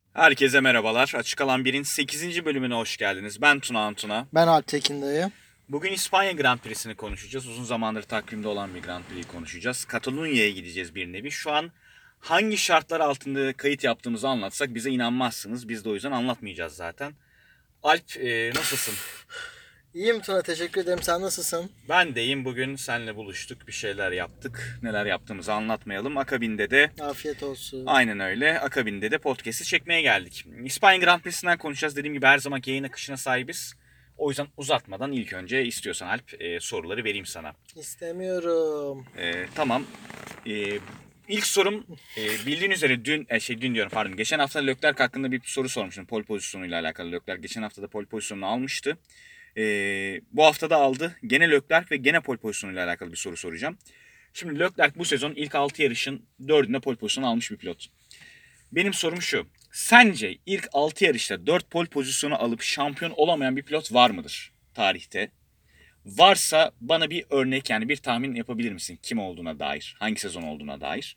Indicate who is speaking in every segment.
Speaker 1: Herkese merhabalar. Açık Alan 1'in 8. bölümüne hoş geldiniz. Ben Tuna Antuna.
Speaker 2: Ben Alptekin dayı.
Speaker 1: Bugün İspanya Grand Prix'sini konuşacağız. Uzun zamandır takvimde olan bir Grand Prix'yi konuşacağız. Katalunya'ya gideceğiz bir nevi. Şu an hangi şartlar altında kayıt yaptığımızı anlatsak bize inanmazsınız. Biz de o yüzden anlatmayacağız zaten. Alp nasılsın?
Speaker 2: İyiyim Tuna, teşekkür ederim. Sen nasılsın?
Speaker 1: Ben de iyiyim. Bugün seninle buluştuk. Bir şeyler yaptık. Neler yaptığımızı anlatmayalım. Akabinde de
Speaker 2: Afiyet olsun.
Speaker 1: aynen öyle. Akabinde de podcast'i çekmeye geldik. İspanya Grand Prix'sinden konuşacağız. Dediğim gibi her zaman yayın akışına sahibiz. O yüzden uzatmadan ilk önce istiyorsan Alp soruları vereyim sana.
Speaker 2: İstemiyorum.
Speaker 1: Tamam. E, ilk sorum bildiğin üzere dün diyorum pardon. Geçen hafta Leclerc hakkında bir soru sormuştum. Pole pozisyonuyla alakalı. Leclerc geçen hafta da pole pozisyonunu almıştı. Bu hafta da aldı. Gene Leclerc ve gene pole pozisyonuyla alakalı bir soru soracağım. Şimdi Leclerc bu sezon ilk 6 yarışın 4'ünde pole pozisyonu almış bir pilot. Benim sorum şu. Sence ilk 6 yarışta 4 pole pozisyonu alıp şampiyon olamayan bir pilot var mıdır tarihte? Varsa bana bir örnek yani bir tahmin yapabilir misin? Kim olduğuna dair, hangi sezon olduğuna dair.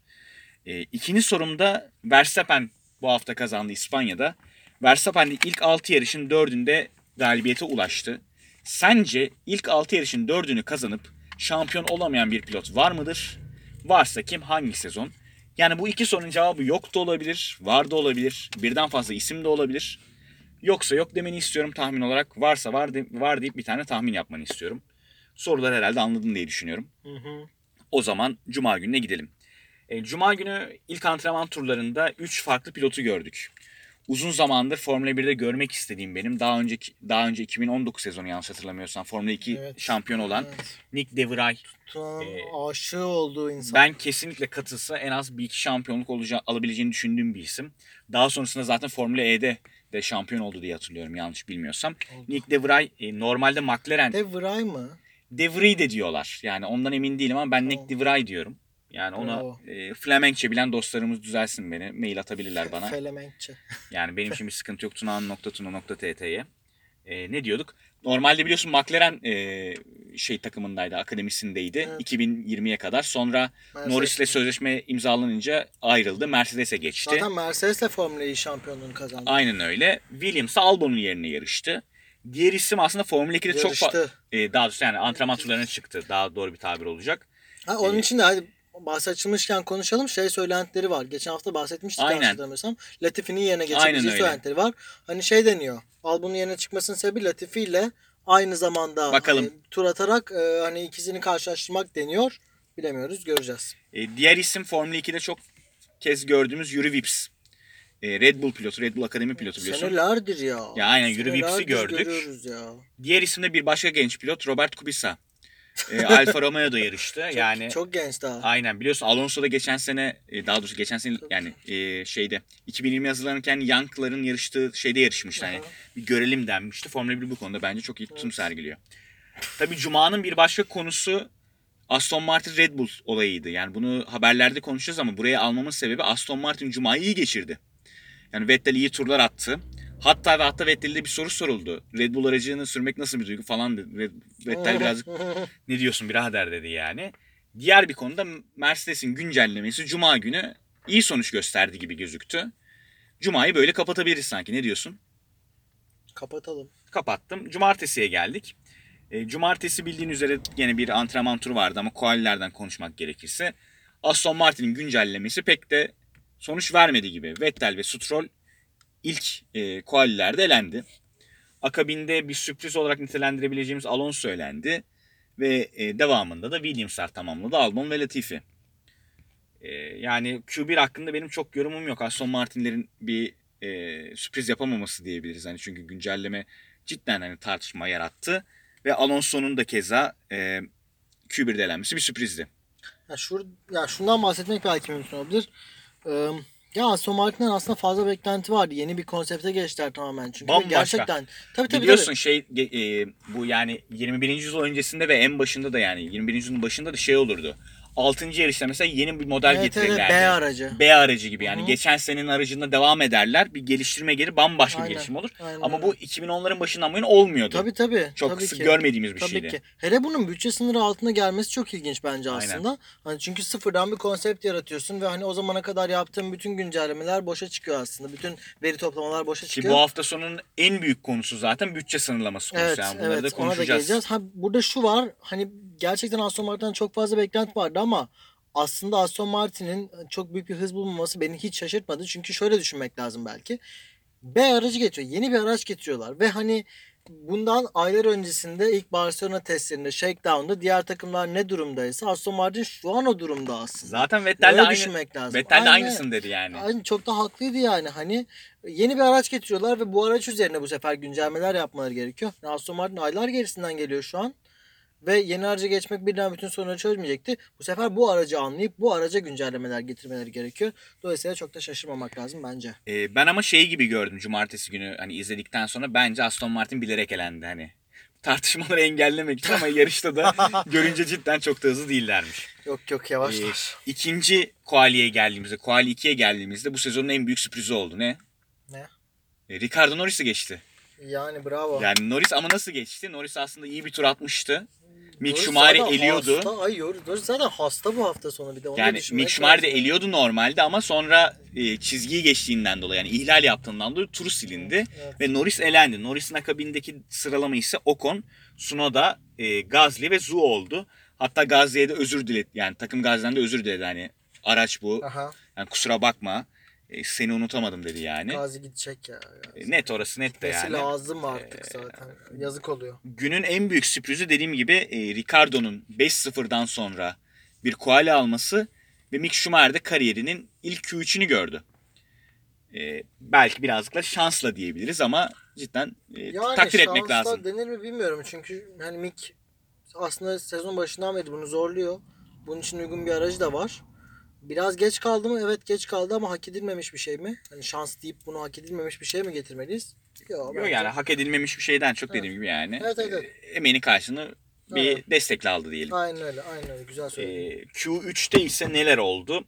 Speaker 1: İkinci sorumda Verstappen bu hafta kazandı İspanya'da. Verstappen de ilk 6 yarışın 4'ünde galibiyete ulaştı. Sence ilk 6 yarışın 4'ünü kazanıp şampiyon olamayan bir pilot var mıdır? Varsa kim, hangi sezon? Yani bu iki sorunun cevabı yok da olabilir, var da olabilir, birden fazla isim de olabilir. Yoksa yok demeni istiyorum tahmin olarak. Varsa var deyip bir tane tahmin yapmanı istiyorum. Soruları herhalde anladın diye düşünüyorum.
Speaker 2: Hı hı.
Speaker 1: O zaman Cuma gününe gidelim. Cuma günü ilk antrenman turlarında 3 farklı pilotu gördük. Uzun zamandır Formula 1'de görmek istediğim benim daha önce 2019 sezonu yanlış hatırlamıyorsam Formula 2
Speaker 2: Evet.
Speaker 1: şampiyon olan
Speaker 2: Evet.
Speaker 1: Nick De Vries.
Speaker 2: Tuna'nın aşığı olduğu insan.
Speaker 1: Ben kesinlikle katılsa en az bir iki şampiyonluk alabileceğini düşündüğüm bir isim. Daha sonrasında zaten Formula E'de de şampiyon oldu diye hatırlıyorum yanlış bilmiyorsam.
Speaker 2: Oldu.
Speaker 1: Nick De Vries normalde McLaren
Speaker 2: De Vray mı?
Speaker 1: De Vries de diyorlar. Yani ondan emin değilim ama ben Nick
Speaker 2: Tamam.
Speaker 1: De Vries diyorum. Yani ona
Speaker 2: Bravo.
Speaker 1: Flemenkçe bilen dostlarımız düzelsin beni. Mail atabilirler bana.
Speaker 2: Felemenkçe.
Speaker 1: Yani benim için bir sıkıntı yok. Tunağan.tuna.tt'ye. Ne diyorduk? Normalde biliyorsun McLaren takımındaydı, akademisindeydi
Speaker 2: Evet.
Speaker 1: 2020'ye kadar. Sonra Norris'le sözleşme imzalanınca ayrıldı. Mercedes'e geçti.
Speaker 2: Zaten Mercedes'le Formula 1 şampiyonluğunu kazandı.
Speaker 1: Aynen öyle. Williams Albon'un yerine yarıştı. Diğer isim aslında Formula 2'de çok
Speaker 2: Yarıştı.
Speaker 1: daha doğrusu yani antrenman turlarına çıktı. Daha doğru bir tabir olacak.
Speaker 2: Onun
Speaker 1: Ee,
Speaker 2: için de hadi bahs açılmışken konuşalım. Söylentileri var. Geçen hafta bahsetmiştik yanlış
Speaker 1: aynen.
Speaker 2: hatırlamıyorsam. Latifi'nin yerine
Speaker 1: Aynen
Speaker 2: geçebileceği
Speaker 1: öyle.
Speaker 2: söylentileri var. Hani deniyor. Albon'un yerine çıkmasının sebebi Latifi ile aynı zamanda
Speaker 1: Bakalım.
Speaker 2: tur atarak hani ikisini karşılaştırmak deniyor. Bilemiyoruz, göreceğiz.
Speaker 1: Diğer isim Formula 2'de çok kez gördüğümüz Yuri Vips. Red Bull pilotu, Red Bull Akademi pilotu biliyorsun.
Speaker 2: Senelerdir ya.
Speaker 1: Ya aynen Yuri Vips'i gördük.
Speaker 2: Görüyoruz ya.
Speaker 1: Diğer isim de bir başka genç pilot Robert Kubica. Alfa Romeo'da yarıştı. Yani
Speaker 2: Çok genç daha.
Speaker 1: aynen biliyorsun Alonso da geçen sene daha doğrusu geçen sene yani 2020 hazırlanırken Young'ların yarıştığı şeyde yarışmıştı. Yani bir görelim denmişti. Formula 1 bu konuda bence çok iyi tutum sergiliyor. Tabii Cuma'nın bir başka konusu Aston Martin Red Bull olayıydı. Yani bunu haberlerde konuşacağız ama buraya almamın sebebi Aston Martin Cuma'yı iyi geçirdi. Yani Vettel iyi turlar attı. Hatta Vettel'de bir soru soruldu. Red Bull aracını sürmek nasıl bir duygu falan dedi. Vettel birazcık ne diyorsun birader dedi yani. Diğer bir konuda Mercedes'in güncellemesi Cuma günü iyi sonuç gösterdi gibi gözüktü. Cuma'yı böyle kapatabiliriz sanki. Ne diyorsun?
Speaker 2: Kapatalım.
Speaker 1: Kapattım. Cumartesiye geldik. Cumartesi bildiğin üzere yine bir antrenman turu vardı ama qualilerden konuşmak gerekirse Aston Martin'in güncellemesi pek de sonuç vermedi gibi. Vettel ve Stroll ilk qualilerde elendi. Akabinde bir sürpriz olarak nitelendirebileceğimiz Alonso elendi. Ve devamında da Williams'lar tamamladı. Albon ve Latifi. Yani Q1 hakkında benim çok yorumum yok. Aston Martin'lerin bir sürpriz yapamaması diyebiliriz. Hani çünkü güncelleme cidden hani tartışma yarattı. Ve Alonso'nun da keza Q1'de elenmesi bir sürprizdi.
Speaker 2: Şundan bahsetmek belki mümkün olabilir. Ya Aston Martin'den aslında fazla beklenti vardı. Yeni bir konsepte geçtiler tamamen. Çünkü
Speaker 1: Bambaşka.
Speaker 2: gerçekten tabii.
Speaker 1: Biliyorsun bu yani 21. yüzyıl öncesinde ve en başında da yani 21. yüzyılın başında da şey olurdu. 6. yarışta mesela yeni bir model
Speaker 2: Evet,
Speaker 1: getirirlerdi.
Speaker 2: B aracı.
Speaker 1: B aracı gibi yani
Speaker 2: Hı hı.
Speaker 1: geçen senenin aracında devam ederler. Bir geliştirme gelir, bambaşka bir
Speaker 2: Aynen,
Speaker 1: gelişim olur.
Speaker 2: aynen
Speaker 1: Ama
Speaker 2: öyle.
Speaker 1: bu 2010'ların başından bu yana olmuyordu.
Speaker 2: Tabii,
Speaker 1: Çok
Speaker 2: tabii
Speaker 1: sık
Speaker 2: ki.
Speaker 1: görmediğimiz bir
Speaker 2: Tabii
Speaker 1: şeydi.
Speaker 2: ki. Hele bunun bütçe sınırı altına gelmesi çok ilginç bence
Speaker 1: Aynen.
Speaker 2: aslında. Hani çünkü sıfırdan bir konsept yaratıyorsun ve hani o zamana kadar yaptığın bütün güncellemeler boşa çıkıyor aslında. Bütün veri toplamalar boşa
Speaker 1: Ki
Speaker 2: çıkıyor.
Speaker 1: bu hafta sonunun en büyük konusu zaten bütçe sınırlaması konusu.
Speaker 2: Evet,
Speaker 1: Yani bunları da
Speaker 2: evet, ona da
Speaker 1: konuşacağız.
Speaker 2: geleceğiz. Ha, burada şu var, hani gerçekten Aston Martin'den çok fazla beklenti vardı ama aslında Aston Martin'in çok büyük bir hız bulmaması beni hiç şaşırtmadı. Çünkü şöyle düşünmek lazım belki. B aracı getiriyor. Yeni bir araç getiriyorlar ve hani bundan aylar öncesinde ilk Barcelona testlerinde, Shakedown'da diğer takımlar ne durumdaysa Aston Martin şu an o durumda aslında.
Speaker 1: Zaten Vettel de
Speaker 2: Öyle
Speaker 1: aynı
Speaker 2: düşünmek lazım.
Speaker 1: Vettel de
Speaker 2: Aynen.
Speaker 1: aynısını dedi yani.
Speaker 2: Aynen, çok da haklıydı yani. Hani yeni bir araç getiriyorlar ve bu araç üzerine bu sefer güncellemeler yapmaları gerekiyor. Yani Aston Martin aylar gerisinden geliyor şu an. Ve yeni araca geçmek birden bütün sorunları çözmeyecekti. Bu sefer bu aracı anlayıp bu araca güncellemeler getirmeleri gerekiyor. Dolayısıyla çok da şaşırmamak lazım bence.
Speaker 1: Ben ama şey gibi gördüm cumartesi günü hani izledikten sonra bence Aston Martin bilerek elendi hani. Tartışmaları engellemek için ama yarışta da görünce cidden çok da hızlı değillermiş.
Speaker 2: Yok yavaşlar.
Speaker 1: İkinci quali'ye geldiğimizde, quali 2'ye geldiğimizde bu sezonun en büyük sürprizi oldu. Ne?
Speaker 2: Ne?
Speaker 1: Ricardo Norris'i geçti.
Speaker 2: Yani bravo.
Speaker 1: Yani Norris ama nasıl geçti? Norris aslında iyi bir tur atmıştı. Mick
Speaker 2: Norris
Speaker 1: Schumacher'i
Speaker 2: zaten
Speaker 1: eliyordu.
Speaker 2: Hasta. Ay Norris zaten hasta bu hafta sonu bir de. Onu da
Speaker 1: Yani
Speaker 2: düşünmek
Speaker 1: Mick Schumacher de
Speaker 2: lazım.
Speaker 1: eliyordu normalde ama sonra çizgiyi geçtiğinden dolayı yani ihlal yaptığından dolayı turu silindi.
Speaker 2: Evet.
Speaker 1: Ve Norris elendi. Norris'in akabindeki sıralama ise Ocon, Tsunoda, Gasly ve Zhou oldu. Hatta Gasly'ye de özür diledi. Yani takım Gasly'den de özür diledi. Hani araç bu.
Speaker 2: Aha.
Speaker 1: Yani kusura bakma. Seni unutamadım dedi yani.
Speaker 2: Gazi gidecek ya.
Speaker 1: Net orası net de
Speaker 2: Gitmesi
Speaker 1: yani.
Speaker 2: lazım artık zaten. Yazık oluyor.
Speaker 1: Günün en büyük sürprizi dediğim gibi Ricardo'nun 5-0'dan sonra bir quali alması ve Mick Schumacher de kariyerinin ilk Q3'ünü gördü. Belki birazcık da şansla diyebiliriz ama cidden
Speaker 2: Yani
Speaker 1: takdir etmek
Speaker 2: şansla
Speaker 1: lazım.
Speaker 2: denir mi bilmiyorum. Çünkü hani Mick aslında sezon başından beri bunu zorluyor. Bunun için uygun bir aracı da var. Biraz geç kaldı mı? Evet geç kaldı ama hak edilmemiş bir şey mi? Hani şans deyip bunu hak edilmemiş bir şey mi getirmeliyiz? Yok
Speaker 1: Yok
Speaker 2: bence.
Speaker 1: yani hak edilmemiş bir şeyden çok
Speaker 2: Evet.
Speaker 1: dediğim gibi yani.
Speaker 2: Evet.
Speaker 1: Emeğinin karşılığını bir
Speaker 2: Aynen.
Speaker 1: destekle aldı diyelim.
Speaker 2: Aynen öyle. Güzel söyledin.
Speaker 1: Q3'te ise neler oldu?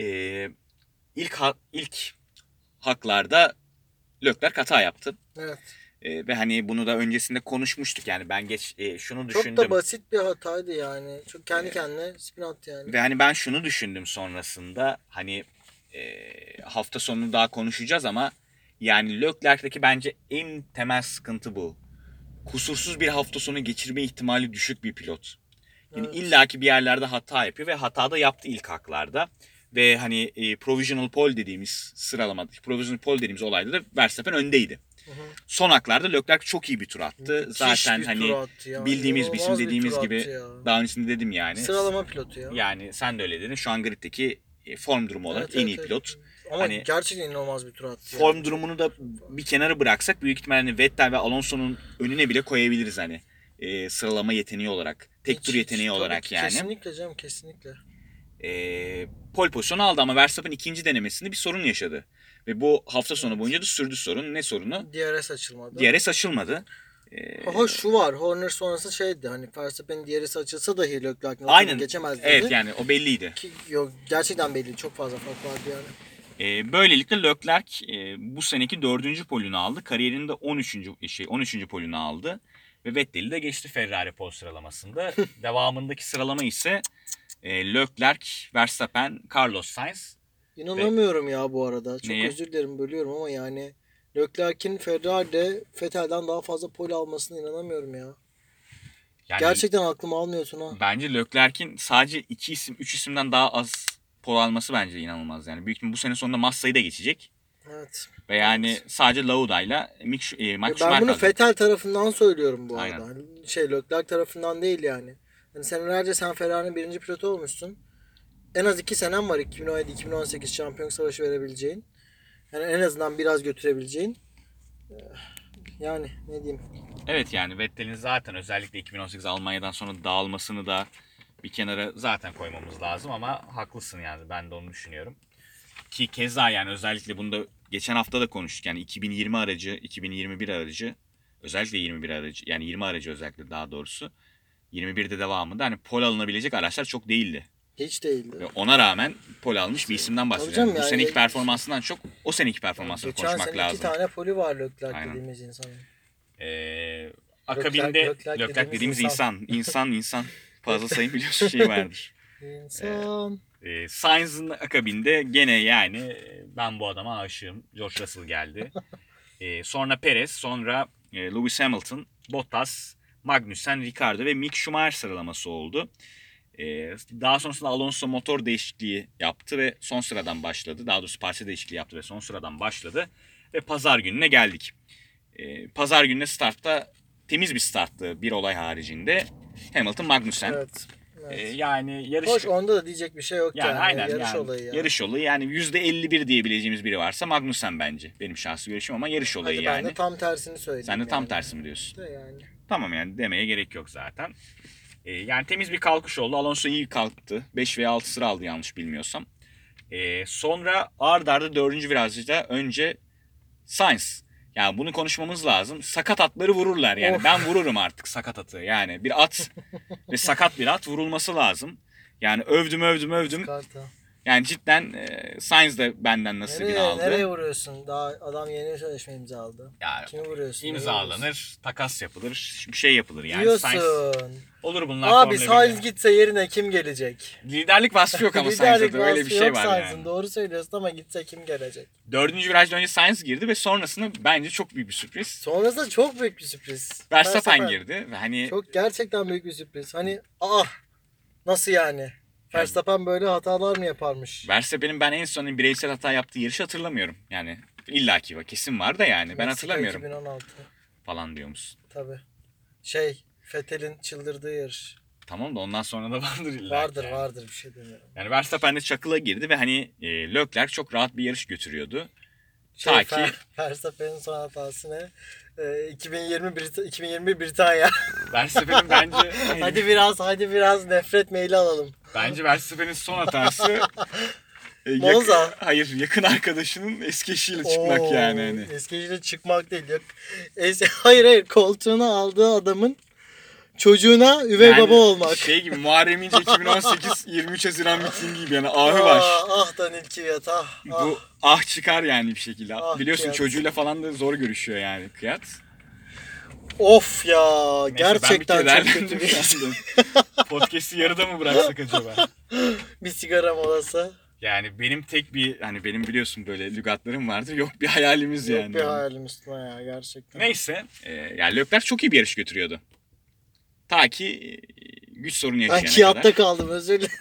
Speaker 1: İlk haklarda Leclerc hata yaptı.
Speaker 2: Evet.
Speaker 1: Ve hani bunu da öncesinde konuşmuştuk yani ben şunu
Speaker 2: Çok
Speaker 1: düşündüm.
Speaker 2: da basit bir hataydı yani. Çok kendi kendine spin attı yani.
Speaker 1: Ve hani ben şunu düşündüm sonrasında hani hafta sonu daha konuşacağız ama yani Leclerc'teki bence en temel sıkıntı bu. Kusursuz bir hafta sonu geçirme ihtimali düşük bir pilot. Yani
Speaker 2: Evet.
Speaker 1: illaki bir yerlerde hata yapıyor ve hata da yaptı ilk haklarda. Ve hani provisional pole dediğimiz sıralamada, provisional pole dediğimiz olayda da Verstappen öndeydi.
Speaker 2: Hı hı.
Speaker 1: Son haklarda Leclerc çok iyi bir tur attı. Zaten
Speaker 2: bir
Speaker 1: hani
Speaker 2: tur attı ya.
Speaker 1: bildiğimiz bir isim
Speaker 2: İnanılmaz bir
Speaker 1: dediğimiz
Speaker 2: tur
Speaker 1: gibi
Speaker 2: attı ya.
Speaker 1: daha öncesinde dedim yani.
Speaker 2: Sıralama pilotu ya.
Speaker 1: Yani sen de öyle dedin. Şu an griddeki form durumu olarak en iyi pilot.
Speaker 2: Ama
Speaker 1: Hani
Speaker 2: gerçekten inanılmaz bir tur attı.
Speaker 1: form
Speaker 2: yani.
Speaker 1: durumunu da bir kenara bıraksak büyük ihtimalle hani Vettel ve Alonso'nun önüne bile koyabiliriz hani. Sıralama yeteneği olarak. Tek tur yeteneği
Speaker 2: Tabii
Speaker 1: olarak
Speaker 2: ki,
Speaker 1: yani.
Speaker 2: Kesinlikle canım kesinlikle.
Speaker 1: Pole pozisyonu aldı ama Verstappen ikinci denemesinde bir sorun yaşadı. Ve bu hafta sonu boyunca da sürdü sorun. Ne sorunu?
Speaker 2: DRS açılmadı.
Speaker 1: DRS açılmadı.
Speaker 2: Hoş şu var. Horner sonrası şeydi hani Verstappen'in DRS açılsa dahi Leclerc'in
Speaker 1: Aynen.
Speaker 2: geçemez dedi.
Speaker 1: Evet yani o belliydi.
Speaker 2: Yok gerçekten belli. Çok fazla fark vardı yani.
Speaker 1: Böylelikle Leclerc bu seneki 4. polünü aldı. Kariyerinde 13. polünü aldı. Ve Vettel'i de geçti Ferrari pol sıralamasında. Devamındaki sıralama ise Leclerc, Verstappen, Carlos Sainz.
Speaker 2: İnanamıyorum ya bu arada. Çok
Speaker 1: Neye?
Speaker 2: özür dilerim bölüyorum ama yani Leclerc'in Ferrari'de Vettel'den daha fazla pole almasına inanamıyorum ya.
Speaker 1: Yani
Speaker 2: Gerçekten aklım almıyorsun ha.
Speaker 1: bence Leclerc'in sadece 3 isimden daha az pol alması bence inanılmaz. Yani büyük ihtimalle bu sene sonunda Massa'yı da geçecek.
Speaker 2: Evet.
Speaker 1: Ve yani sadece Lauda'yla Mick
Speaker 2: Ben
Speaker 1: Schumacher
Speaker 2: bunu
Speaker 1: kalacak.
Speaker 2: Vettel tarafından söylüyorum bu
Speaker 1: Aynen.
Speaker 2: arada. Hani Leclerc tarafından değil yani. Hani senelerce sen Ferrari'nin birinci pilotu olmuşsun. En az 2 senem var 2017-2018 şampiyon savaşı verebileceğin. Yani en azından biraz götürebileceğin. Yani ne diyeyim.
Speaker 1: Evet yani Vettel'in zaten özellikle 2018 Almanya'dan sonra dağılmasını da bir kenara zaten koymamız lazım ama haklısın yani ben de onu düşünüyorum. Ki keza yani özellikle bunu da geçen hafta da konuştuk yani 2020 aracı, 2021 aracı özellikle 21 aracı yani 20 aracı özellikle daha doğrusu 21'de devamında hani pol alınabilecek araçlar çok değildi.
Speaker 2: Hiç değildi.
Speaker 1: Ve ona rağmen pole almış bir isimden bahsediyorum.
Speaker 2: canım
Speaker 1: Bu
Speaker 2: yani-
Speaker 1: seneki performansından çok o seneki performansını
Speaker 2: Geçen
Speaker 1: konuşmak
Speaker 2: sene
Speaker 1: lazım.
Speaker 2: 2 tane poli var Leclerc
Speaker 1: Aynen.
Speaker 2: dediğimiz insanın.
Speaker 1: Akabinde
Speaker 2: Leclerc
Speaker 1: Leclerc dediğimiz
Speaker 2: insan.
Speaker 1: insan fazla sayım biliyorsun şey vardır.
Speaker 2: İnsan.
Speaker 1: Sainz'ın akabinde gene yani ben bu adama aşığım. George Russell geldi. Sonra Perez, sonra Lewis Hamilton, Bottas, Magnussen, Ricardo ve Mick Schumacher sıralaması oldu. Daha sonrasında Alonso motor değişikliği yaptı ve son sıradan başladı. Daha doğrusu parça değişikliği yaptı ve son sıradan başladı. Ve pazar gününe geldik. Pazar gününe startta temiz bir starttı bir olay haricinde. Hamilton, Magnussen.
Speaker 2: Evet. Evet.
Speaker 1: Yani yarış...
Speaker 2: Hoş onda da diyecek bir şey yok yani.
Speaker 1: aynen
Speaker 2: Yarış
Speaker 1: yani,
Speaker 2: olayı ya.
Speaker 1: yarış olayı yani %51 diyebileceğimiz biri varsa Magnussen bence. Benim şahsi görüşüm ama yarış olayı
Speaker 2: Hadi
Speaker 1: yani.
Speaker 2: ben de tam tersini söyleyeyim.
Speaker 1: Sen de tam
Speaker 2: yani.
Speaker 1: tersi mi diyorsun?
Speaker 2: De yani.
Speaker 1: Tamam yani demeye gerek yok zaten. Yani temiz bir kalkış oldu. Alonso iyi kalktı. 5 veya 6 sıra aldı yanlış bilmiyorsam. Sonra ard arda 4. virajda önce Sainz. Yani bunu konuşmamız lazım. Sakat atları vururlar yani.
Speaker 2: Of.
Speaker 1: Ben vururum artık sakat atı. Yani bir at ve sakat bir at vurulması lazım. Yani övdüm.
Speaker 2: Karta.
Speaker 1: Yani cidden Sainz de benden nasibini aldı.
Speaker 2: Nereye vuruyorsun? Daha adam yeni sözleşme imzaladı.
Speaker 1: Yani
Speaker 2: Kimi vuruyorsun?
Speaker 1: imzalanır, takas yapılır, bir şey yapılır. Yani
Speaker 2: Diyorsun.
Speaker 1: Sainz olur bunlar.
Speaker 2: Abi
Speaker 1: Formula
Speaker 2: Sainz
Speaker 1: 1'de.
Speaker 2: gitse yerine kim gelecek?
Speaker 1: Liderlik vasfı yok ama
Speaker 2: Liderlik
Speaker 1: Sainz'de öyle bir
Speaker 2: vasfı
Speaker 1: şey
Speaker 2: yok
Speaker 1: var
Speaker 2: Sainz'ın.
Speaker 1: yani.
Speaker 2: Doğru söylüyorsun ama gitse kim gelecek?
Speaker 1: 4. virajda önce Sainz girdi ve sonrasında bence çok büyük bir sürpriz.
Speaker 2: Sonrasında çok büyük bir sürpriz.
Speaker 1: Verstappen girdi ve hani
Speaker 2: Çok gerçekten büyük bir sürpriz. Hani nasıl yani? Verstappen böyle hatalar mı yaparmış?
Speaker 1: Verstappen'in ben en son bireysel hata yaptığı yarışı hatırlamıyorum. Yani illaki var, kesin var da yani ben
Speaker 2: Meksika
Speaker 1: hatırlamıyorum
Speaker 2: 2016
Speaker 1: falan diyor musun?
Speaker 2: tabii. Vettel'in çıldırdığı yarış.
Speaker 1: Tamam da ondan sonra da vardır illaki.
Speaker 2: Vardır
Speaker 1: yani.
Speaker 2: vardır bir şey demiyorum.
Speaker 1: Yani Verstappen de çakıla girdi ve hani Leclerc çok rahat bir yarış götürüyordu. Ta ki
Speaker 2: Verstappen'in son hatası ne? 2020 Britanya.
Speaker 1: Verstappen'in bence
Speaker 2: hadi biraz nefret maili alalım.
Speaker 1: bence Verstappen'in son hatası
Speaker 2: Monza.
Speaker 1: hayır yakın arkadaşının eski eşiyle çıkmak yani hani.
Speaker 2: Eski eşiyle çıkmak değil. Hayır koltuğuna aldığı adamın çocuğuna üvey
Speaker 1: Yani
Speaker 2: baba olmak.
Speaker 1: Şey gibi Muharrem İnce 2018 23 Haziran mitingi gibi yani ahı var.
Speaker 2: Danil Kvyat
Speaker 1: Bu çıkar yani bir şekilde. Biliyorsun
Speaker 2: Kıyat.
Speaker 1: çocuğuyla falan da zor görüşüyor yani Kıyat.
Speaker 2: Of ya
Speaker 1: Neyse,
Speaker 2: gerçekten
Speaker 1: ben
Speaker 2: çok
Speaker 1: bir
Speaker 2: kötü bir
Speaker 1: kere Podcast'i yarıda mı bıraksak acaba?
Speaker 2: bir sigara molası.
Speaker 1: Yani benim tek bir hani benim biliyorsun böyle lügatlarım vardır. Yok bir hayalimiz
Speaker 2: Yok
Speaker 1: yani.
Speaker 2: bir hayalim üstüne ya gerçekten.
Speaker 1: Neyse yani Leclerc çok iyi bir yarış götürüyordu. Ta ki güç sorunu
Speaker 2: Ben
Speaker 1: yaşayana
Speaker 2: Kiyat'ta
Speaker 1: kadar.
Speaker 2: kaldım özür dilerim.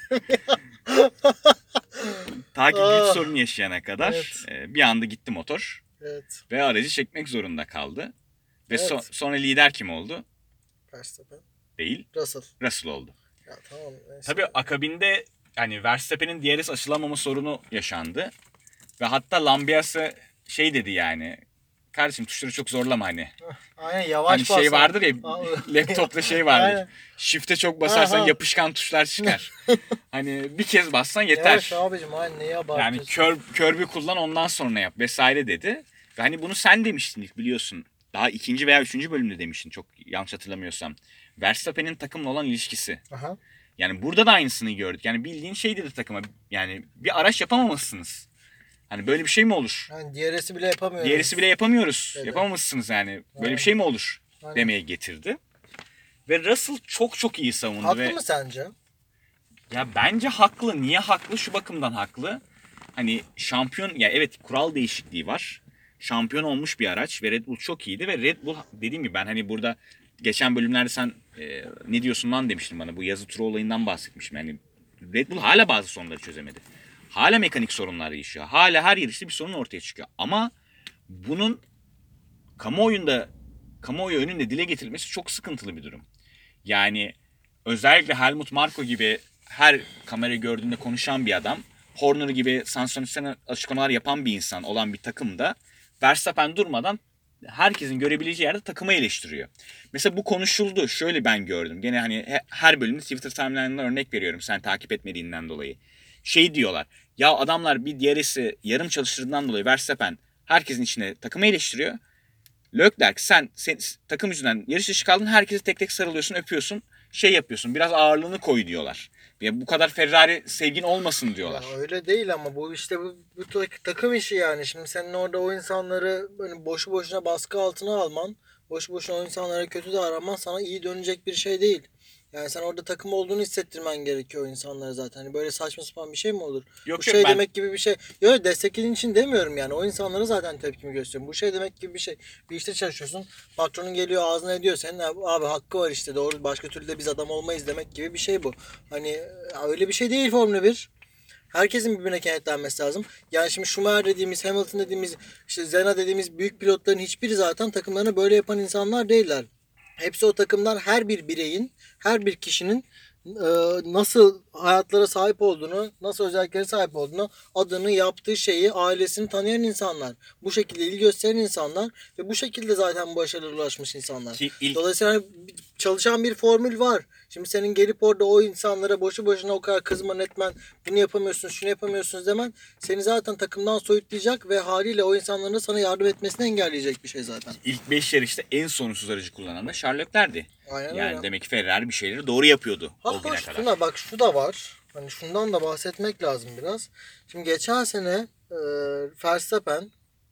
Speaker 1: Ta ki
Speaker 2: Ah.
Speaker 1: güç sorunu yaşayana kadar
Speaker 2: Evet.
Speaker 1: bir anda gitti motor
Speaker 2: Evet.
Speaker 1: ve aracı çekmek zorunda kaldı. Ve
Speaker 2: Evet.
Speaker 1: sonra lider kim oldu?
Speaker 2: Verstappen.
Speaker 1: Değil,
Speaker 2: Russell.
Speaker 1: Russell oldu.
Speaker 2: Ya tamam. Neyse.
Speaker 1: Tabii akabinde hani Verstappen'in DRS aşılamama sorunu yaşandı. Ve hatta Lambiase şey dedi yani. Kardeşim tuşları çok zorlama hani.
Speaker 2: Aynen yavaş
Speaker 1: Hani
Speaker 2: bas.
Speaker 1: şey vardır ya laptopta şey vardır.
Speaker 2: Aynen.
Speaker 1: Shift'e çok basarsan
Speaker 2: Aha.
Speaker 1: yapışkan tuşlar çıkar. Hani bir kez bassan yeter.
Speaker 2: Yavaş abicim aynen neyi abartıyorsun?
Speaker 1: Yani körbü kullan ondan sonra yap vesaire dedi. Ve hani bunu sen demiştin ilk biliyorsun. Daha 2. veya 3. bölümde demiştin çok yanlış hatırlamıyorsam. Verstappen'in takımla olan ilişkisi.
Speaker 2: Aha.
Speaker 1: Yani burada da aynısını gördük. Yani bildiğin şey dedi takıma. Yani bir araç yapamamışsınız. Hani böyle bir şey mi olur?
Speaker 2: Yani DRS'i bile yapamıyoruz.
Speaker 1: Diğerisi bile yapamıyoruz.
Speaker 2: Evet.
Speaker 1: Yapamamışsınız yani. Böyle
Speaker 2: Aynen.
Speaker 1: bir şey mi olur?
Speaker 2: Aynen.
Speaker 1: Demeye getirdi. Ve Russell çok iyi savundu.
Speaker 2: Haklı
Speaker 1: ve
Speaker 2: mı sence?
Speaker 1: Ya bence haklı. Niye haklı? Şu bakımdan haklı. Hani şampiyon ya evet kural değişikliği var. Şampiyon olmuş bir araç ve Red Bull çok iyiydi ve Red Bull dediğim gibi ben hani burada geçen bölümlerde sen ne diyorsun lan demiştin bana. Bu yazı turu olayından bahsetmiştim. Yani Red Bull hala bazı sorunları çözemedi. Hala mekanik sorunlar yaşıyor. Hala her yarışta bir sorun ortaya çıkıyor. Ama bunun kamuoyu önünde dile getirilmesi çok sıkıntılı bir durum. Yani özellikle Helmut Marko gibi her kamerayı gördüğünde konuşan bir adam, Horner gibi sansasyonel açıklamalar yapan bir insan olan bir takımda Verstappen durmadan herkesin görebileceği yerde takımı eleştiriyor. Mesela bu konuşuldu. Şöyle ben gördüm. Gene hani her bölümde Twitter timeline'ından örnek veriyorum sen takip etmediğinden dolayı. Şey diyorlar. Ya adamlar bir DRS'i yarım çalıştırdığından dolayı Verstappen herkesin içine takımı eleştiriyor. Leclerc sen takım yüzünden yarış dışı kaldın. Herkese tek tek sarılıyorsun, öpüyorsun. Şey yapıyorsun. Biraz ağırlığını koy diyorlar. Ya bu kadar Ferrari sevgin olmasın diyorlar.
Speaker 2: Ya öyle değil ama bu işte bu takım işi yani. Şimdi senin orada o insanları böyle boşu boşuna baskı altına alman, boşu boşuna o insanlara kötü davranman sana iyi dönecek bir şey değil. Yani sen orada takım olduğunu hissettirmen gerekiyor o insanlara zaten. Hani böyle saçma sapan bir şey mi olur? Bu
Speaker 1: Yok yok
Speaker 2: şey
Speaker 1: ben
Speaker 2: demek gibi bir şey. Yok desteklediğin için demiyorum yani. O insanlara zaten tepkimi gösteriyorum. Bu şey demek gibi bir şey. Bir işte çalışıyorsun. Patronun geliyor ağzına ediyor senin. Abi hakkı var işte doğru. Başka türlü de biz adam olmayız demek gibi bir şey bu. Hani öyle bir şey değil Formula 1. Herkesin birbirine kenetlenmesi lazım. Yani şimdi Schumacher dediğimiz, Hamilton dediğimiz, işte Senna dediğimiz büyük pilotların hiçbiri zaten takımlarını böyle yapan insanlar değiller. Hepsi o takımlar her bir bireyin, her bir kişinin e, nasıl hayatlara sahip olduğunu, nasıl özelliklere sahip olduğunu, adını, yaptığı şeyi, ailesini tanıyan insanlar. Bu şekilde ilgi gösteren insanlar ve bu şekilde zaten başarılara ulaşmış insanlar.
Speaker 1: ki ilk
Speaker 2: Dolayısıyla hani çalışan bir formül var. Şimdi senin gelip orada o insanlara boşu boşuna o kadar kızman etmen, bunu yapamıyorsunuz, şunu yapamıyorsunuz demen seni zaten takımdan soyutlayacak ve haliyle o insanların sana yardım etmesini engelleyecek bir şey zaten.
Speaker 1: ilk 5 yarışta en sorunsuz aracı kullanan da Charles Leclerc'ti.
Speaker 2: Aynen
Speaker 1: Yani
Speaker 2: öyle.
Speaker 1: demek ki Ferrari bir şeyleri doğru yapıyordu o güne
Speaker 2: Hoş
Speaker 1: kadar.
Speaker 2: Tuna bak şu da var. Hani şundan da bahsetmek lazım biraz. Şimdi geçen sene Verstappen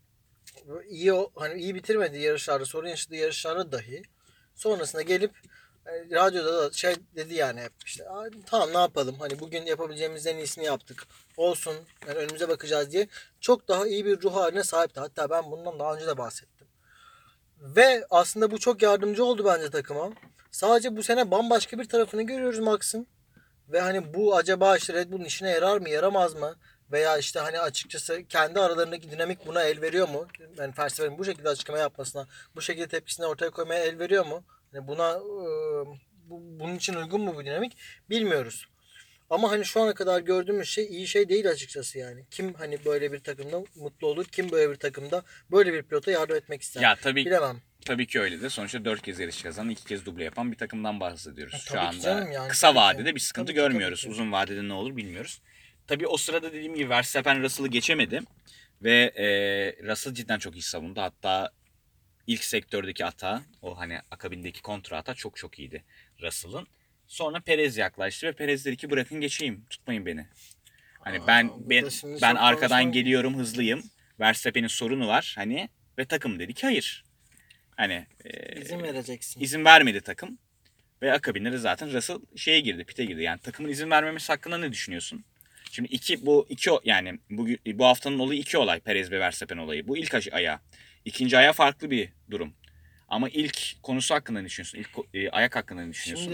Speaker 2: hani iyi bitirmediği yarışlarda, sorun yaşadığı yarışlarda dahi sonrasında gelip radyoda da şey dedi yani hep işte tamam ne yapalım hani bugün yapabileceğimiz en iyisini yaptık olsun yani önümüze bakacağız diye çok daha iyi bir ruh haline sahipti. Hatta ben bundan daha önce de bahsettim. Ve aslında bu çok yardımcı oldu bence takıma. Sadece bu sene bambaşka bir tarafını görüyoruz Max'ın. Ve hani bu acaba işte Red Bull'un işine yarar mı yaramaz mı? Veya işte hani açıkçası kendi aralarındaki dinamik buna el veriyor mu? Yani Verstappen'in bu şekilde açıklama yapmasına, bu şekilde tepkisini ortaya koymaya el veriyor mu? Yani bunun için uygun mu bu dinamik? Bilmiyoruz. Ama hani şu ana kadar gördüğümüz şey iyi şey değil açıkçası yani. Kim hani böyle bir takımda mutlu olur? Kim böyle bir takımda böyle bir pilota yardım etmek ister?
Speaker 1: Ya tabii
Speaker 2: Bilemem.
Speaker 1: tabii ki öyle de. Sonuçta 4 kez yarış kazanan, 2 kez duble yapan bir takımdan bahsediyoruz. Şu
Speaker 2: Tabii ki
Speaker 1: anda
Speaker 2: canım yani
Speaker 1: kısa
Speaker 2: tabii ki.
Speaker 1: vadede bir sıkıntı
Speaker 2: Tabii ki tabii
Speaker 1: görmüyoruz.
Speaker 2: ki.
Speaker 1: Uzun vadede ne olur bilmiyoruz. Tabii o sırada dediğim gibi Verstappen Russell'ı geçemedi. Ve Russell cidden çok iyi savundu. Hatta ilk sektördeki hata, o hani akabindeki kontra hata çok çok iyiydi Russell'ın. Sonra Perez yaklaştı ve Perez dedi ki bırakın geçeyim, tutmayın beni. Hani ben
Speaker 2: Bu
Speaker 1: ben
Speaker 2: da şimdi
Speaker 1: ben
Speaker 2: çok
Speaker 1: arkadan
Speaker 2: konuşma.
Speaker 1: geliyorum, hızlıyım. Verstappen'in sorunu var hani ve takım dedi ki hayır. Hani
Speaker 2: İzin vereceksin.
Speaker 1: izin vermedi takım ve akabinde de zaten Russell şeye girdi, pite girdi. Yani takımın izin vermemesi hakkında ne düşünüyorsun? Şimdi yani bu haftanın olayı iki olay, Perez ve Verstappen olayı. Bu ilk ayağı. İkinci ayağı farklı bir durum. Ama ilk konusu hakkında ne düşünüyorsun? İlk ayak hakkında ne düşünüyorsun?
Speaker 2: Şimdi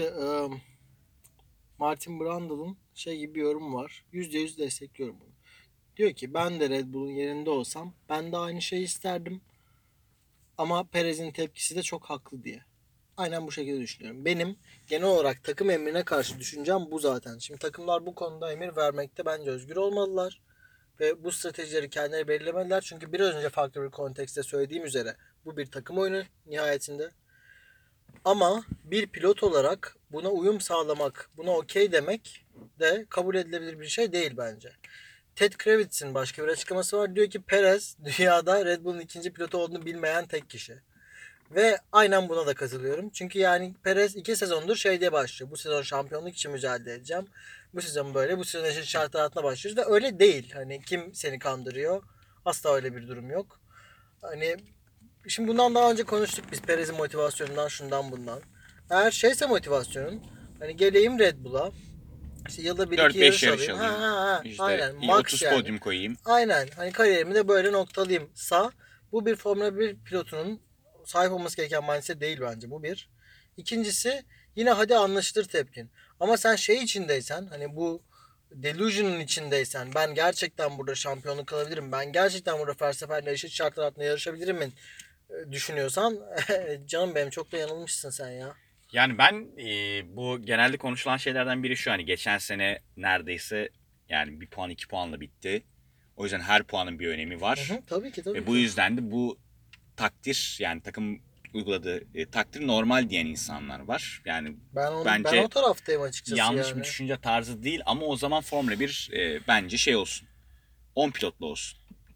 Speaker 2: Martin Brundle'ın şey gibi bir yorumu var. %100 destekliyorum bunu. Diyor ki ben de Red Bull'un yerinde olsam ben de aynı şeyi isterdim. Ama Perez'in tepkisi de çok haklı diye. Aynen bu şekilde düşünüyorum. Benim genel olarak takım emrine karşı düşüncem bu zaten. Şimdi takımlar bu konuda emir vermekte bence özgür olmalılar. Ve bu stratejileri kendileri belirlemeliler. Çünkü biraz önce farklı bir kontekste söylediğim üzere bu bir takım oyunu nihayetinde. Ama bir pilot olarak buna uyum sağlamak, buna okey demek de kabul edilebilir bir şey değil bence. Ted Kravitz'in başka bir açıklaması var. Diyor ki Perez dünyada Red Bull'un ikinci pilotu olduğunu bilmeyen tek kişi. Ve aynen buna da katılıyorum. Çünkü yani Perez 2 sezondur şeyde başlıyor. Bu sezon şampiyonluk için mücadele edeceğim. Bu sezon böyle. Bu sezon eşit şartlar altında başlıyoruz. Ve öyle değil. Hani kim seni kandırıyor? Asla öyle bir durum yok. Hani şimdi bundan daha önce konuştuk biz Perez'in motivasyonundan şundan bundan. Eğer şeyse motivasyonun hani geleyim Red Bull'a işte yılda bir iki
Speaker 1: 4-5
Speaker 2: yarış
Speaker 1: yarış
Speaker 2: alayım.
Speaker 1: alayım. İşte
Speaker 2: Aynen max
Speaker 1: 30
Speaker 2: yani.
Speaker 1: podyum koyayım.
Speaker 2: Aynen hani kariyerimi de böyle noktalayayım sa bu bir Formula 1 pilotunun sahip olması gereken mindset değil bence bu bir. İkincisi yine hadi anlaşılır tepkin. Ama sen şey içindeysen hani bu delusion'un içindeysen ben gerçekten burada şampiyonluk alabilirim. Ben gerçekten burada Verstappen'le eşit şartlar altında yarışabilirim düşünüyorsan canım benim çok da yanılmışsın sen ya.
Speaker 1: Yani ben bu genelde konuşulan şeylerden biri şu, hani geçen sene neredeyse yani bir puan 2 puanla bitti. O yüzden her puanın bir önemi
Speaker 2: Hı
Speaker 1: var.
Speaker 2: hı, tabii ki tabii
Speaker 1: Ve bu
Speaker 2: ki.
Speaker 1: yüzden de bu takdir, yani takım uyguladığı takdir normal diyen insanlar var. Yani
Speaker 2: Ben o
Speaker 1: bence
Speaker 2: taraftayım açıkçası
Speaker 1: yanlış bir
Speaker 2: yani.
Speaker 1: düşünce tarzı değil ama o zaman Formula 1 bence şey olsun. 10 pilotlu olsun.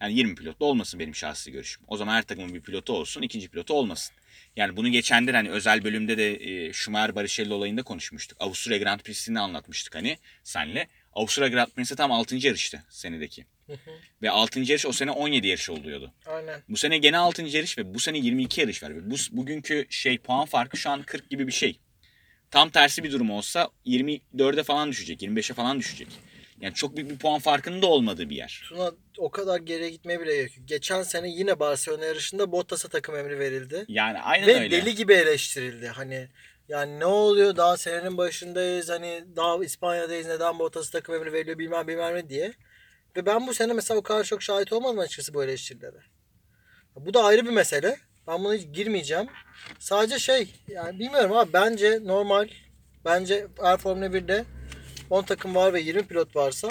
Speaker 1: Yani 20 pilotlu olmasın benim şahsi görüşüm. O zaman her takımın bir pilotu olsun, ikinci pilotu olmasın. Yani bunu geçendir hani özel bölümde de Schumacher Barrichello olayında konuşmuştuk. Avusturya Grand Prix'sini anlatmıştık hani senle. Avusturya Grand Prix'si tam 6. yarıştı senedeki. Ve 6. yarış o sene 17 yarış oluyordu.
Speaker 2: Aynen.
Speaker 1: Bu sene gene 6. yarış ve bu sene 22 yarış var. Ve bugünkü puan farkı şu an 40 gibi bir şey. Tam tersi bir durum olsa 24'e falan düşecek, 25'e falan düşecek. Yani çok büyük bir puan farkının da olmadığı bir yer.
Speaker 2: Tuna o kadar geriye gitmeye bile gerek yok. Geçen sene yine Barcelona yarışında Bottas'a takım emri verildi.
Speaker 1: Yani aynen
Speaker 2: Ve
Speaker 1: öyle.
Speaker 2: deli gibi eleştirildi. Hani yani ne oluyor, daha senenin başındayız, hani daha İspanya'dayız, neden Bottas'a takım emri veriliyor bilmem ne diye. Ve ben bu sene mesela o kadar çok şahit olmadım açıkçası bu eleştirilere. Bu da ayrı bir mesele. Ben buna hiç girmeyeceğim. Sadece yani bilmiyorum abi, bence normal. Bence eğer Formula 1'de 10 takım var ve 20 pilot varsa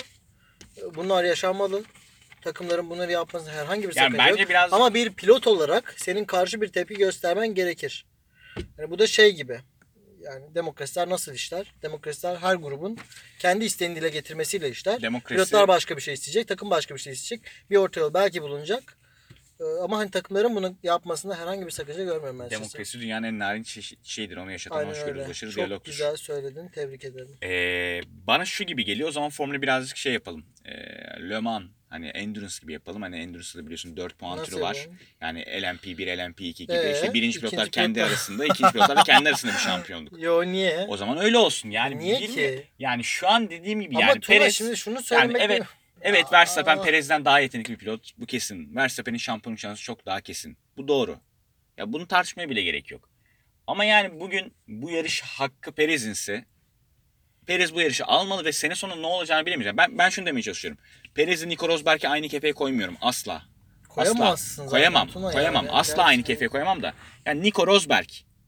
Speaker 2: bunlar yaşanmalı. Takımların bunları yapmasında herhangi bir
Speaker 1: Yani
Speaker 2: sakınca
Speaker 1: bence
Speaker 2: yok.
Speaker 1: biraz
Speaker 2: Ama bir pilot olarak senin karşı bir tepki göstermen gerekir. Yani bu da gibi. Yani demokrasiler nasıl işler? Demokrasiler her grubun kendi isteğini dile getirmesiyle işler.
Speaker 1: demokrasi
Speaker 2: Pilotlar başka bir şey isteyecek, takım başka bir şey isteyecek. Bir orta yol belki bulunacak. Ama hani takımların bunu yapmasında herhangi bir sakınca görmüyorum ben açıkçası.
Speaker 1: demokrasi dünyanın en narin şeyidir. Onu yaşatan
Speaker 2: Aynen
Speaker 1: hoşgörü,
Speaker 2: öyle.
Speaker 1: başarı,
Speaker 2: Çok
Speaker 1: diyalogtur.
Speaker 2: güzel söyledin. Tebrik ederim.
Speaker 1: Bana şu gibi geliyor. O zaman Formula birazcık yapalım. Le Mans hani Endurance gibi yapalım. Hani Endurance'da biliyorsun 4 puan
Speaker 2: Nasıl
Speaker 1: türü var.
Speaker 2: yapalım?
Speaker 1: Yani LMP1, LMP2 gibi. İşte birinci pilotlar
Speaker 2: ikinci
Speaker 1: kendi
Speaker 2: pilotlar-
Speaker 1: arasında, ikinci pilotlar da kendi arasında bir şampiyonluk.
Speaker 2: Yo, niye?
Speaker 1: O zaman öyle olsun. Yani
Speaker 2: Niye
Speaker 1: bilmi-
Speaker 2: ki?
Speaker 1: Yani şu an dediğim gibi
Speaker 2: Ama
Speaker 1: yani
Speaker 2: Tuna
Speaker 1: Perez
Speaker 2: şimdi şunu
Speaker 1: yani
Speaker 2: söylemek
Speaker 1: evet Verstappen Perez'den daha yetenekli bir pilot. Bu kesin. Verstappen'in şampiyonluk şansı çok daha kesin. Bu doğru. Ya bunu tartışmaya bile gerek yok. Ama yani bugün bu yarış hakkı Perez'inse Perez bu yarışı almalı ve sene sonu ne olacağını bilemeyeceğim. Ben şunu demeye çalışıyorum. Perez'i Nico Rosberg'e aynı kefeye koymuyorum asla.
Speaker 2: koyamazsın
Speaker 1: Asla.
Speaker 2: zaten
Speaker 1: Koyamam.
Speaker 2: Tuna
Speaker 1: Koyamam.
Speaker 2: yani.
Speaker 1: Asla aynı
Speaker 2: Gerçekten.
Speaker 1: kefeye koyamam da. Yani Nico Rosberg.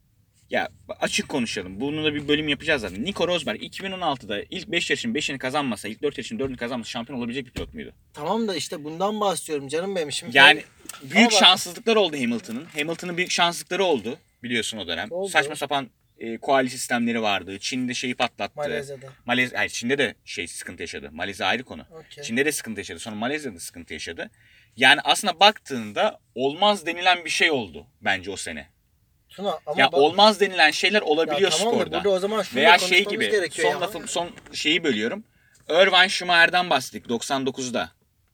Speaker 1: Ya açık konuşalım. Bunu da bir bölüm yapacağız zaten. Nico Rosberg 2016'da ilk 5 yarışın 5'ini kazanmasa, ilk 4 yarışın 4'ünü kazanmasa şampiyon olabilecek bir pilot muydu?
Speaker 2: Tamam da işte bundan bahsediyorum canım benim. Şimdi
Speaker 1: Yani büyük
Speaker 2: Ama bak-
Speaker 1: şanssızlıklar oldu Hamilton'ın. Hamilton'ın büyük şanssızlıkları oldu biliyorsun o dönem.
Speaker 2: Oldu.
Speaker 1: Saçma sapan koali sistemleri vardı. Çin'de patlattı.
Speaker 2: Malezya'da.
Speaker 1: Hayır, Çin'de de sıkıntı yaşadı. Malezya ayrı konu.
Speaker 2: Okey.
Speaker 1: Çin'de de sıkıntı yaşadı. Sonra Malezya'da sıkıntı yaşadı. Yani aslında baktığında olmaz denilen bir şey oldu bence o sene.
Speaker 2: Tuna ama
Speaker 1: Ya
Speaker 2: bak,
Speaker 1: olmaz denilen şeyler olabiliyor
Speaker 2: ya tamam da
Speaker 1: sporda.
Speaker 2: burada o zaman şunu da
Speaker 1: Veya
Speaker 2: konuşmamız
Speaker 1: gibi
Speaker 2: gerekiyor
Speaker 1: son
Speaker 2: ya.
Speaker 1: son şeyi bölüyorum. Irvine Schumacher'dan bahsettik 99'da.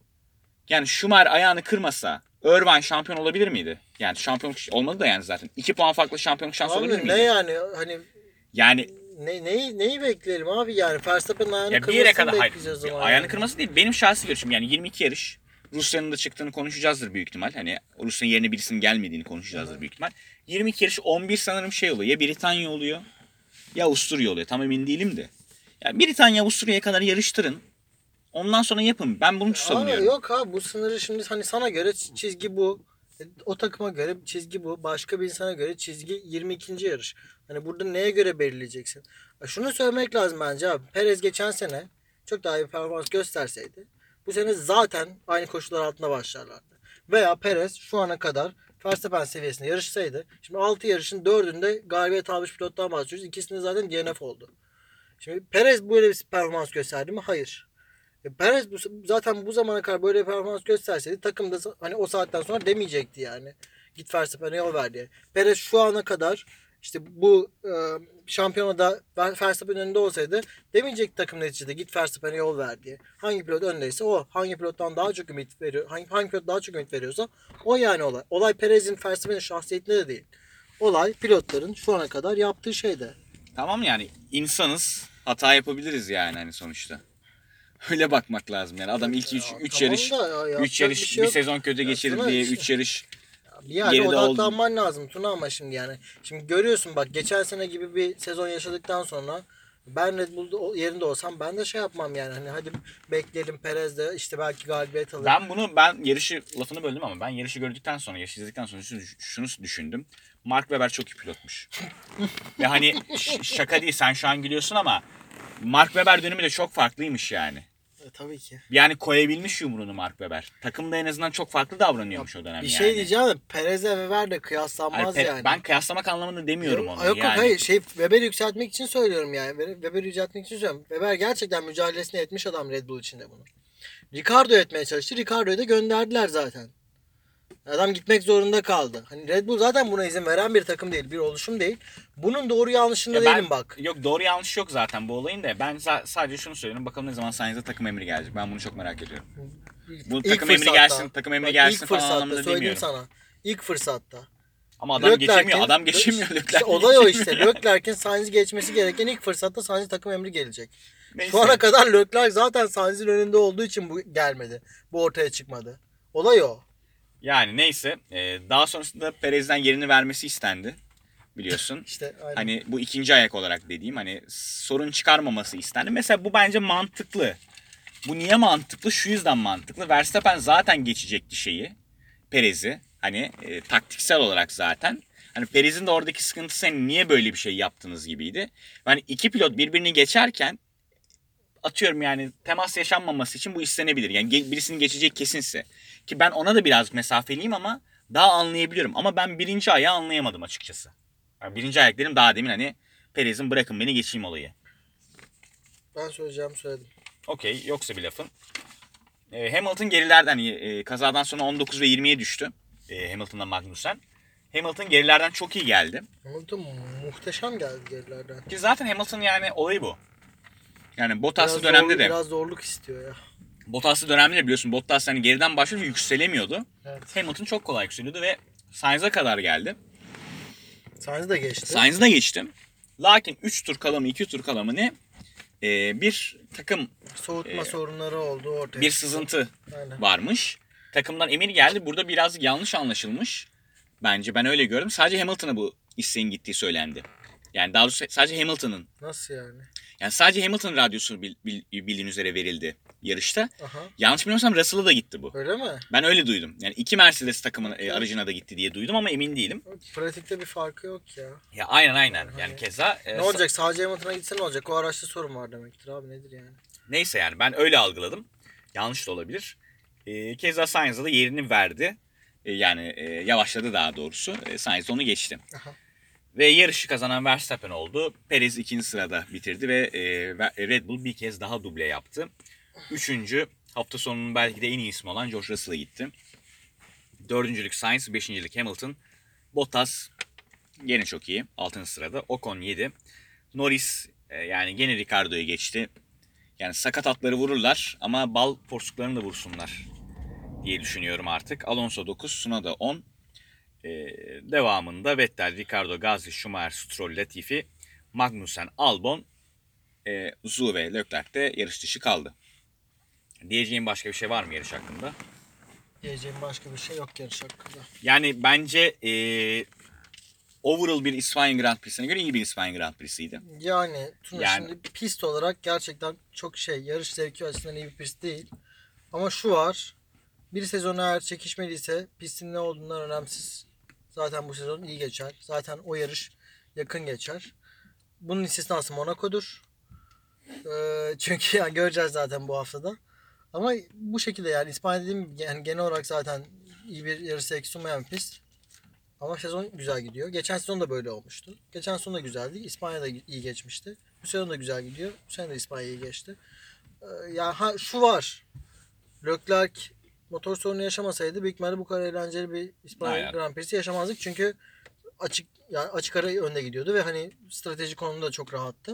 Speaker 1: Yani Schumacher ayağını kırmasa Irvine şampiyon olabilir miydi? Yani şampiyonluk olmadı da yani zaten. 2 puan farklı şampiyonluk şansı olabilir
Speaker 2: Abi
Speaker 1: miydi?
Speaker 2: ne yani hani
Speaker 1: Yani
Speaker 2: neyi bekleyelim abi, yani Verstappen'in ayağını
Speaker 1: ya bir yere
Speaker 2: kırmasını
Speaker 1: kadar hayır.
Speaker 2: bekleyeceğiz o zaman.
Speaker 1: Ayağını
Speaker 2: yani.
Speaker 1: kırması değil. Benim şahsi görüşüm yani 22 yarış. Rusya'nın da çıktığını konuşacağızdır büyük ihtimal. Hani Rusya'nın yerine birisinin gelmediğini konuşacağızdır büyük ihtimal. 22 yarış 11 sanırım oluyor. Ya Britanya oluyor ya Avusturya oluyor. Tam emin değilim de. Ya Britanya Avusturya'ya kadar yarıştırın. Ondan sonra yapın. Ben bunu savunuyorum.
Speaker 2: Yok abi, bu sınırı şimdi hani sana göre çizgi bu. O takıma göre çizgi bu. Başka bir insana göre çizgi 22. yarış. Hani burada neye göre belirleyeceksin? Şunu söylemek lazım bence abi. Perez geçen sene çok daha iyi bir performans gösterseydi bu sene zaten aynı koşullar altında başlarlardı. Veya Perez şu ana kadar Verstappen seviyesinde yarışsaydı, şimdi 6 yarışın 4'ünde galibiyet almış pilottan bahsediyoruz. İkisinde zaten DNF oldu. Şimdi Perez böyle bir performans gösterdi mi? Hayır. Perez zaten bu zamana kadar böyle bir performans gösterseydi takım da hani o saatten sonra demeyecekti yani. Git Verstappen'e yol ver diye. Perez şu ana kadar işte bu şampiyonada Verstappen önünde olsaydı demeyecekti takım neticede git Verstappen'e yol ver diye. Hangi pilot öndeyse o. Hangi pilottan daha çok ümit veriyor. Hangi pilot daha çok ümit veriyorsa o yani olay. Olay Perez'in Verstappen'in şahsiyetinde de değil. Olay pilotların şu ana kadar yaptığı şeyde.
Speaker 1: Tamam yani insanız. Hata yapabiliriz yani hani sonuçta. Öyle bakmak lazım yani. Adam ilk 3
Speaker 2: Tamam
Speaker 1: yarış
Speaker 2: da ya,
Speaker 1: 3
Speaker 2: yapacak
Speaker 1: yarış
Speaker 2: bir
Speaker 1: bir,
Speaker 2: şey yok.
Speaker 1: sezon kötü geçirdi
Speaker 2: Tuna
Speaker 1: diye
Speaker 2: işte-
Speaker 1: 3 yarış
Speaker 2: Bir yerde
Speaker 1: geride oldu.
Speaker 2: odaklanman lazım Tuna, ama şimdi yani. Şimdi görüyorsun bak, geçen sene gibi bir sezon yaşadıktan sonra ben Red Bull yerinde olsam ben de yapmam yani. Hani hadi bekleyelim, Perez de işte belki galibiyet alır.
Speaker 1: Ben yarışı lafını böldüm ama ben yarışı gördükten sonra, yarışı izledikten sonra şunu düşündüm. Mark Webber çok iyi pilotmuş. Ve hani şaka değil, sen şu an gülüyorsun ama Mark Webber dönemi de çok farklıymış yani.
Speaker 2: Tabii ki.
Speaker 1: Yani koyabilmiş yumruğunu Mark Webber. Takımda en azından çok farklı davranıyormuş o dönem
Speaker 2: Bir
Speaker 1: yani.
Speaker 2: şey diyeceğim de Perez'le Weber de
Speaker 1: Hayır,
Speaker 2: kıyaslanmaz yani.
Speaker 1: ben kıyaslamak anlamında demiyorum onu.
Speaker 2: Yok
Speaker 1: yani.
Speaker 2: hayır, Weber'i yükseltmek için söylüyorum yani. Weber'i yükseltmek için söylüyorum. Weber gerçekten mücadelesini etmiş adam Red Bull içinde bunu. Ricardo etmeye çalıştı. Ricardo'yu da gönderdiler zaten. Adam gitmek zorunda kaldı. Hani Red Bull zaten buna izin veren bir takım değil, bir oluşum değil. Bunun doğru yanlışında
Speaker 1: Ya ben,
Speaker 2: değilim bak.
Speaker 1: yok doğru yanlış yok zaten bu olayın da. Ben sadece şunu söylüyorum. Bakalım ne zaman Sainz'e takım emri gelecek. Ben bunu çok merak ediyorum. Bu takım emri gelsin, takım emri
Speaker 2: bak,
Speaker 1: gelsin
Speaker 2: ilk
Speaker 1: falan
Speaker 2: fırsatta
Speaker 1: anlamında
Speaker 2: söyleyeyim
Speaker 1: demiyorum.
Speaker 2: sana. İlk fırsatta.
Speaker 1: Ama adam geçemiyor. Adam
Speaker 2: İşte
Speaker 1: geçemiyor. Leclerc
Speaker 2: olay o işte.
Speaker 1: geçemiyor.
Speaker 2: Leclerc'in Sainz'i geçmesi gereken ilk fırsatta Sainz'e takım emri gelecek.
Speaker 1: Neyse.
Speaker 2: Şu ana kadar Leclerc zaten Sainz'in önünde olduğu için bu gelmedi. Bu ortaya çıkmadı. Olay o.
Speaker 1: Yani neyse. Daha sonrasında Perez'den yerini vermesi istendi. Biliyorsun.
Speaker 2: İşte aynen.
Speaker 1: Hani bu ikinci ayak olarak dediğim hani sorun çıkarmaması istendi. Mesela bu bence mantıklı. Bu niye mantıklı? Şu yüzden mantıklı. Verstappen zaten geçecekti şeyi. Perez'i. Hani taktiksel olarak zaten. Hani Perez'in de oradaki sıkıntısı hani niye böyle bir şey yaptınız gibiydi. Hani iki pilot birbirini geçerken atıyorum yani temas yaşanmaması için bu istenebilir. Yani birisinin geçecek kesinse. Ki ben ona da biraz mesafeliyim ama daha anlayabiliyorum. Ama ben birinci ayağı anlayamadım açıkçası. Yani birinci ayak dedim daha demin hani Perez'in bırakın beni geçeyim olayı.
Speaker 2: Ben söyleyeceğimi söyledim.
Speaker 1: Okey yoksa bir lafın. Hamilton gerilerden kazadan sonra 19 ve 20'ye düştü. Hamilton'dan Magnussen. Hamilton gerilerden çok iyi geldi.
Speaker 2: Hamilton muhteşem geldi gerilerden.
Speaker 1: Ki zaten Hamilton yani olayı bu. Yani Bottas'lı dönemde de.
Speaker 2: Biraz zorluk istiyor ya.
Speaker 1: Bottas'lı dönemde de biliyorsun Bottas hani geriden başladı ve yükselemiyordu.
Speaker 2: Evet.
Speaker 1: Hamilton çok kolay yükseliyordu ve Sainz'a kadar geldi.
Speaker 2: Sainz de geçti.
Speaker 1: Sainz'da geçtim. Lakin 3 tur kala mı 2 tur kala mı ne? Bir takım
Speaker 2: Soğutma sorunları oldu ortaya.
Speaker 1: bir sızıntı
Speaker 2: Aynen.
Speaker 1: varmış. Takımdan emir geldi. Burada biraz yanlış anlaşılmış. Bence ben öyle gördüm. Sadece Hamilton'a bu isteğin gittiği söylendi. Yani daha doğrusu sadece Hamilton'ın.
Speaker 2: Nasıl yani?
Speaker 1: Yani sadece Hamilton radyosu bildiğin üzere verildi yarışta.
Speaker 2: Aha.
Speaker 1: Yanlış bilmiyorsam Russell'a da gitti bu.
Speaker 2: Öyle mi?
Speaker 1: Ben öyle duydum. Yani iki Mercedes takımın aracına da gitti diye duydum ama emin değilim.
Speaker 2: Pratikte bir farkı yok ya.
Speaker 1: Ya aynen. Yani keza
Speaker 2: Ne olacak? Sadece Hamilton'a gitse ne olacak? O araçta sorun var demektir abi. Nedir yani?
Speaker 1: neyse yani ben öyle algıladım. Yanlış da olabilir. Keza Sainz'a da yerini verdi. Yani yavaşladı daha doğrusu. Sainz onu geçti.
Speaker 2: Aha.
Speaker 1: Ve yarışı kazanan Verstappen oldu. Perez ikinci sırada bitirdi ve Red Bull bir kez daha duble yaptı. Üçüncü hafta sonunun belki de en iyi ismi olan George Russell'a gitti. Dördüncülük Sainz, beşincilik Hamilton. Bottas gene çok iyi. Altıncı sırada. Ocon 7. Norris yani gene Ricardo'yu geçti. Yani sakat atları vururlar ama bal porsuklarını da vursunlar diye düşünüyorum artık. Alonso 9, Tsunoda 10. Devamında Vettel, Ricardo, Gasly, Schumacher, Stroll, Latifi, Magnussen, Albon, Zhou ve Leclerc de yarış dışı kaldı. Diyeceğim başka bir şey var mı yarış hakkında?
Speaker 2: Diyeceğim başka bir şey yok yarış hakkında.
Speaker 1: Yani bence overall bir İspanya Grand Prix'sine göre iyi bir İspanya Grand Prix'siydi.
Speaker 2: Yani Tuna
Speaker 1: Yani-
Speaker 2: şimdi pist olarak gerçekten çok yarış zevki açısından iyi bir pist değil. Ama şu var. Bir sezon eğer çekişmeliyse pistin ne olduğundan önemsiz. Zaten bu sezon iyi geçer. Zaten o yarış yakın geçer. Bunun istisnası Monaco'dur. Çünkü yani göreceğiz zaten bu haftada. Ama bu şekilde yani İspanya dediğim gibi yani genel olarak zaten iyi bir yarış zevki sunmayan bir pist. Ama sezon güzel gidiyor. Geçen sezon da böyle olmuştu. Geçen sezon da güzeldi. İspanya da iyi geçmişti. Bu sezon da güzel gidiyor. Bu sene de İspanya iyi geçti. Yani şu var. Leclerc motor sorunu yaşamasaydı büyük ihtimalle bu kadar eğlenceli bir İspanya
Speaker 1: Aynen.
Speaker 2: Grand Prix'si yaşamazdık. Çünkü açık ara önde gidiyordu ve hani strateji konumunda da çok rahattı.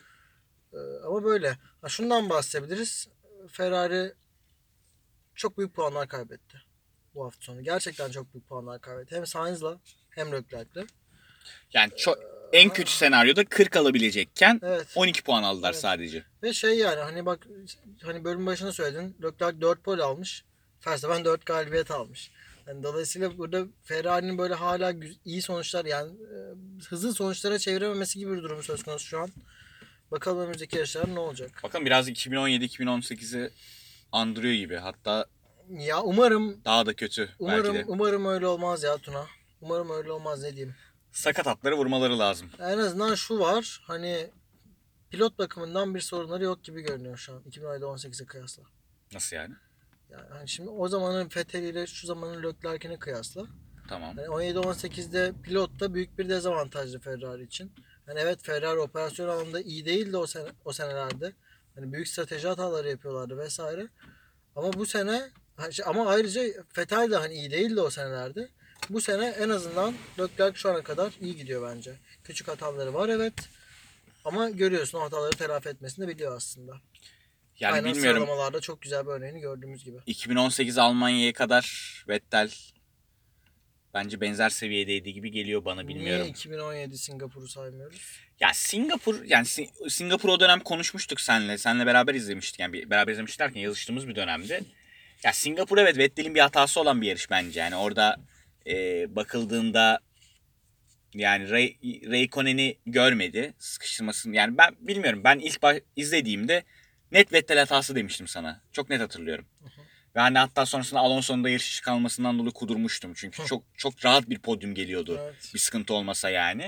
Speaker 2: Ama böyle. Şundan bahsedebiliriz. Ferrari çok büyük puanlar kaybetti bu hafta sonu. Gerçekten çok büyük puanlar kaybetti. Hem Sainz'la hem Leclerc'le.
Speaker 1: Yani en kötü senaryoda 40 alabilecekken
Speaker 2: Evet.
Speaker 1: 12 puan aldılar
Speaker 2: Evet.
Speaker 1: sadece.
Speaker 2: Ve yani hani bak hani bölüm başında söyledin. Leclerc 4 pole almış. Verstappen 4 galibiyet almış. Yani dolayısıyla burada Ferrari'nin böyle hala iyi sonuçlar yani hızlı sonuçlara çevirememesi gibi bir durum söz konusu şu an. Bakalım önümüzdeki yarışlar ne olacak?
Speaker 1: Bakın biraz 2017-2018'i andırıyor gibi. Hatta
Speaker 2: Ya umarım
Speaker 1: daha da kötü belki de.
Speaker 2: umarım öyle olmaz ya Tuna. Umarım öyle olmaz ne diyeyim.
Speaker 1: Sakat atları vurmaları lazım.
Speaker 2: En azından şu var. Hani pilot bakımından bir sorunları yok gibi görünüyor şu an 2018'e kıyasla.
Speaker 1: Nasıl yani?
Speaker 2: Yani hani şimdi o zamanın Vettel ile şu zamanın Leclerc'ini kıyasla.
Speaker 1: Tamam.
Speaker 2: Yani 17-18'de pilot da büyük bir dezavantajlı Ferrari için. Yani evet Ferrari operasyon alanında iyi değildi o senelerde. Hani büyük strateji hataları yapıyorlardı vesaire. Ama bu sene ama ayrıca Vettel de hani iyi değildi o senelerde. Bu sene en azından Leclerc şu ana kadar iyi gidiyor bence. Küçük hataları var evet. Ama görüyorsun o hataları telafi etmesini de biliyor aslında.
Speaker 1: Yani
Speaker 2: Aynen
Speaker 1: bilmiyorum.
Speaker 2: sıralamalarda çok güzel bir örneğini gördüğümüz gibi.
Speaker 1: 2018 Almanya'ya kadar Vettel bence benzer seviyedeydi gibi geliyor bana, bilmiyorum.
Speaker 2: Niye 2017 Singapur'u saymıyoruz?
Speaker 1: Ya Singapur, yani Singapur o dönem konuşmuştuk seninle. Seninle beraber izlemiştik. Yani beraber izlemiştik derken yazıştığımız bir dönemde. Ya Singapur evet Vettel'in bir hatası olan bir yarış bence. Yani orada bakıldığında yani Raikkonen'i görmedi. Sıkıştırmasını. Yani ben bilmiyorum. Ben ilk izlediğimde net Vettel hatası demiştim sana. Çok net hatırlıyorum. Ve hani hatta sonrasında Alonso'nun da yarış dışı kalmasından dolayı kudurmuştum. Çünkü çok rahat bir podyum geliyordu.
Speaker 2: Evet.
Speaker 1: Bir sıkıntı olmasa yani.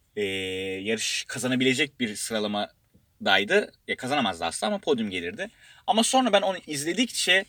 Speaker 1: Yarış kazanabilecek bir sıralamadaydı. Ya kazanamazdı aslında ama podyum gelirdi. Ama sonra ben onu izledikçe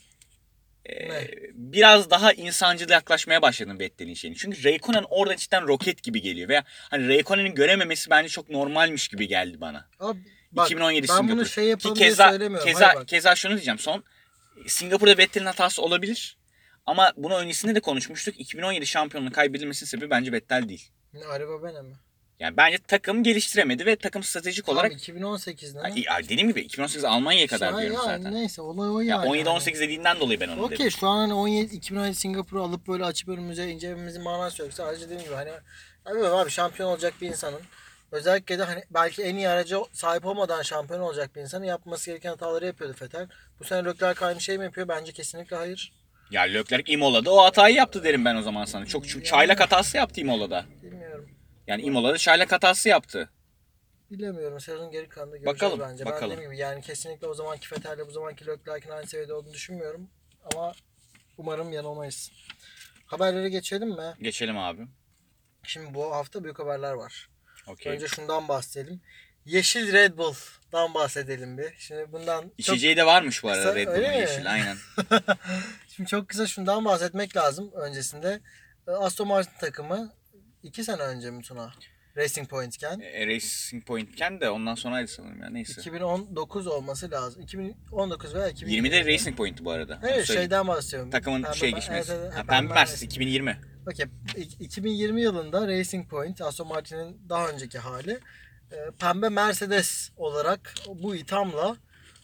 Speaker 1: biraz daha insancıl yaklaşmaya başladım Vettel'in şeyini. Çünkü Raikkonen orada cidden roket gibi geliyor. Veya hani Raikkonen'in görememesi bence çok normalmiş gibi geldi bana.
Speaker 2: Abi, bak,
Speaker 1: 2017
Speaker 2: ben
Speaker 1: Singapur.
Speaker 2: bunu şey
Speaker 1: Ki
Speaker 2: yapalım diye söylemiyorum. Hayır bak.
Speaker 1: keza şunu diyeceğim son. Singapur'da Vettel'in hatası olabilir. Ama bunu öncesinde de konuşmuştuk. 2017 şampiyonluğu kaybedilmesinin sebebi bence Vettel değil.
Speaker 2: Araba ben mi?
Speaker 1: Yani bence takım geliştiremedi ve takım stratejik olarak...
Speaker 2: Abi 2018 ne?
Speaker 1: Dediğim gibi 2018 Almanya'ya kadar
Speaker 2: Ya,
Speaker 1: diyorum
Speaker 2: ya,
Speaker 1: zaten.
Speaker 2: neyse olay o
Speaker 1: Ya
Speaker 2: yani.
Speaker 1: 17-18 dediğinden dolayı ben onu
Speaker 2: Okey
Speaker 1: dedim.
Speaker 2: şu an hani 2017 Singapur'u alıp böyle açıp önümüze incelememizin manası yok. Sadece dediğim gibi hani abi şampiyon olacak bir insanın özellikle de hani belki en iyi araca sahip olmadan şampiyon olacak bir insanın yapması gereken hataları yapıyordu Vettel. Bu sene Leclerc aynı şey mi yapıyor? Bence kesinlikle hayır.
Speaker 1: Ya Leclerc Imola'da o hatayı yaptı derim ben o zaman sana. Çok çaylak hatası yaptı Imola'da.
Speaker 2: Bilmiyorum.
Speaker 1: Yani Imola'da çaylak hatası yaptı.
Speaker 2: Bilemiyorum. Sezonun geri kalanında göreceğiz
Speaker 1: Bakalım,
Speaker 2: bence.
Speaker 1: bakalım.
Speaker 2: Ben dediğim gibi yani kesinlikle o zamanki Vettel'le bu zamanki Leclerc'in aynı seviyede olduğunu düşünmüyorum. Ama umarım yanılmayız. Haberlere geçelim mi?
Speaker 1: Geçelim abi.
Speaker 2: Şimdi bu hafta büyük haberler var.
Speaker 1: Okey.
Speaker 2: Önce şundan bahsedelim. Yeşil Red Bull'dan bahsedelim bir. Şimdi bundan
Speaker 1: İçeceği de varmış bu arada
Speaker 2: kısa,
Speaker 1: Red Bull'un
Speaker 2: öyle mi?
Speaker 1: yeşil, aynen.
Speaker 2: Şimdi çok kısa şundan bahsetmek lazım öncesinde. Aston Martin takımı 2 sene önce mi Tuna? Racing Point'ken.
Speaker 1: Racing Point'ken de ondan sonraydı sanırım ya, neyse.
Speaker 2: 2019 olması lazım. 2019 veya 2020.
Speaker 1: 20'de Racing Point'ti bu arada.
Speaker 2: Evet şeyden bahsediyorum.
Speaker 1: Takımın
Speaker 2: Pembe
Speaker 1: geçmesi.
Speaker 2: evet,
Speaker 1: Pembe Mercedes 2020.
Speaker 2: Okey. 2020 yılında Racing Point, Aston Martin'in daha önceki hali, pembe Mercedes olarak bu ithamla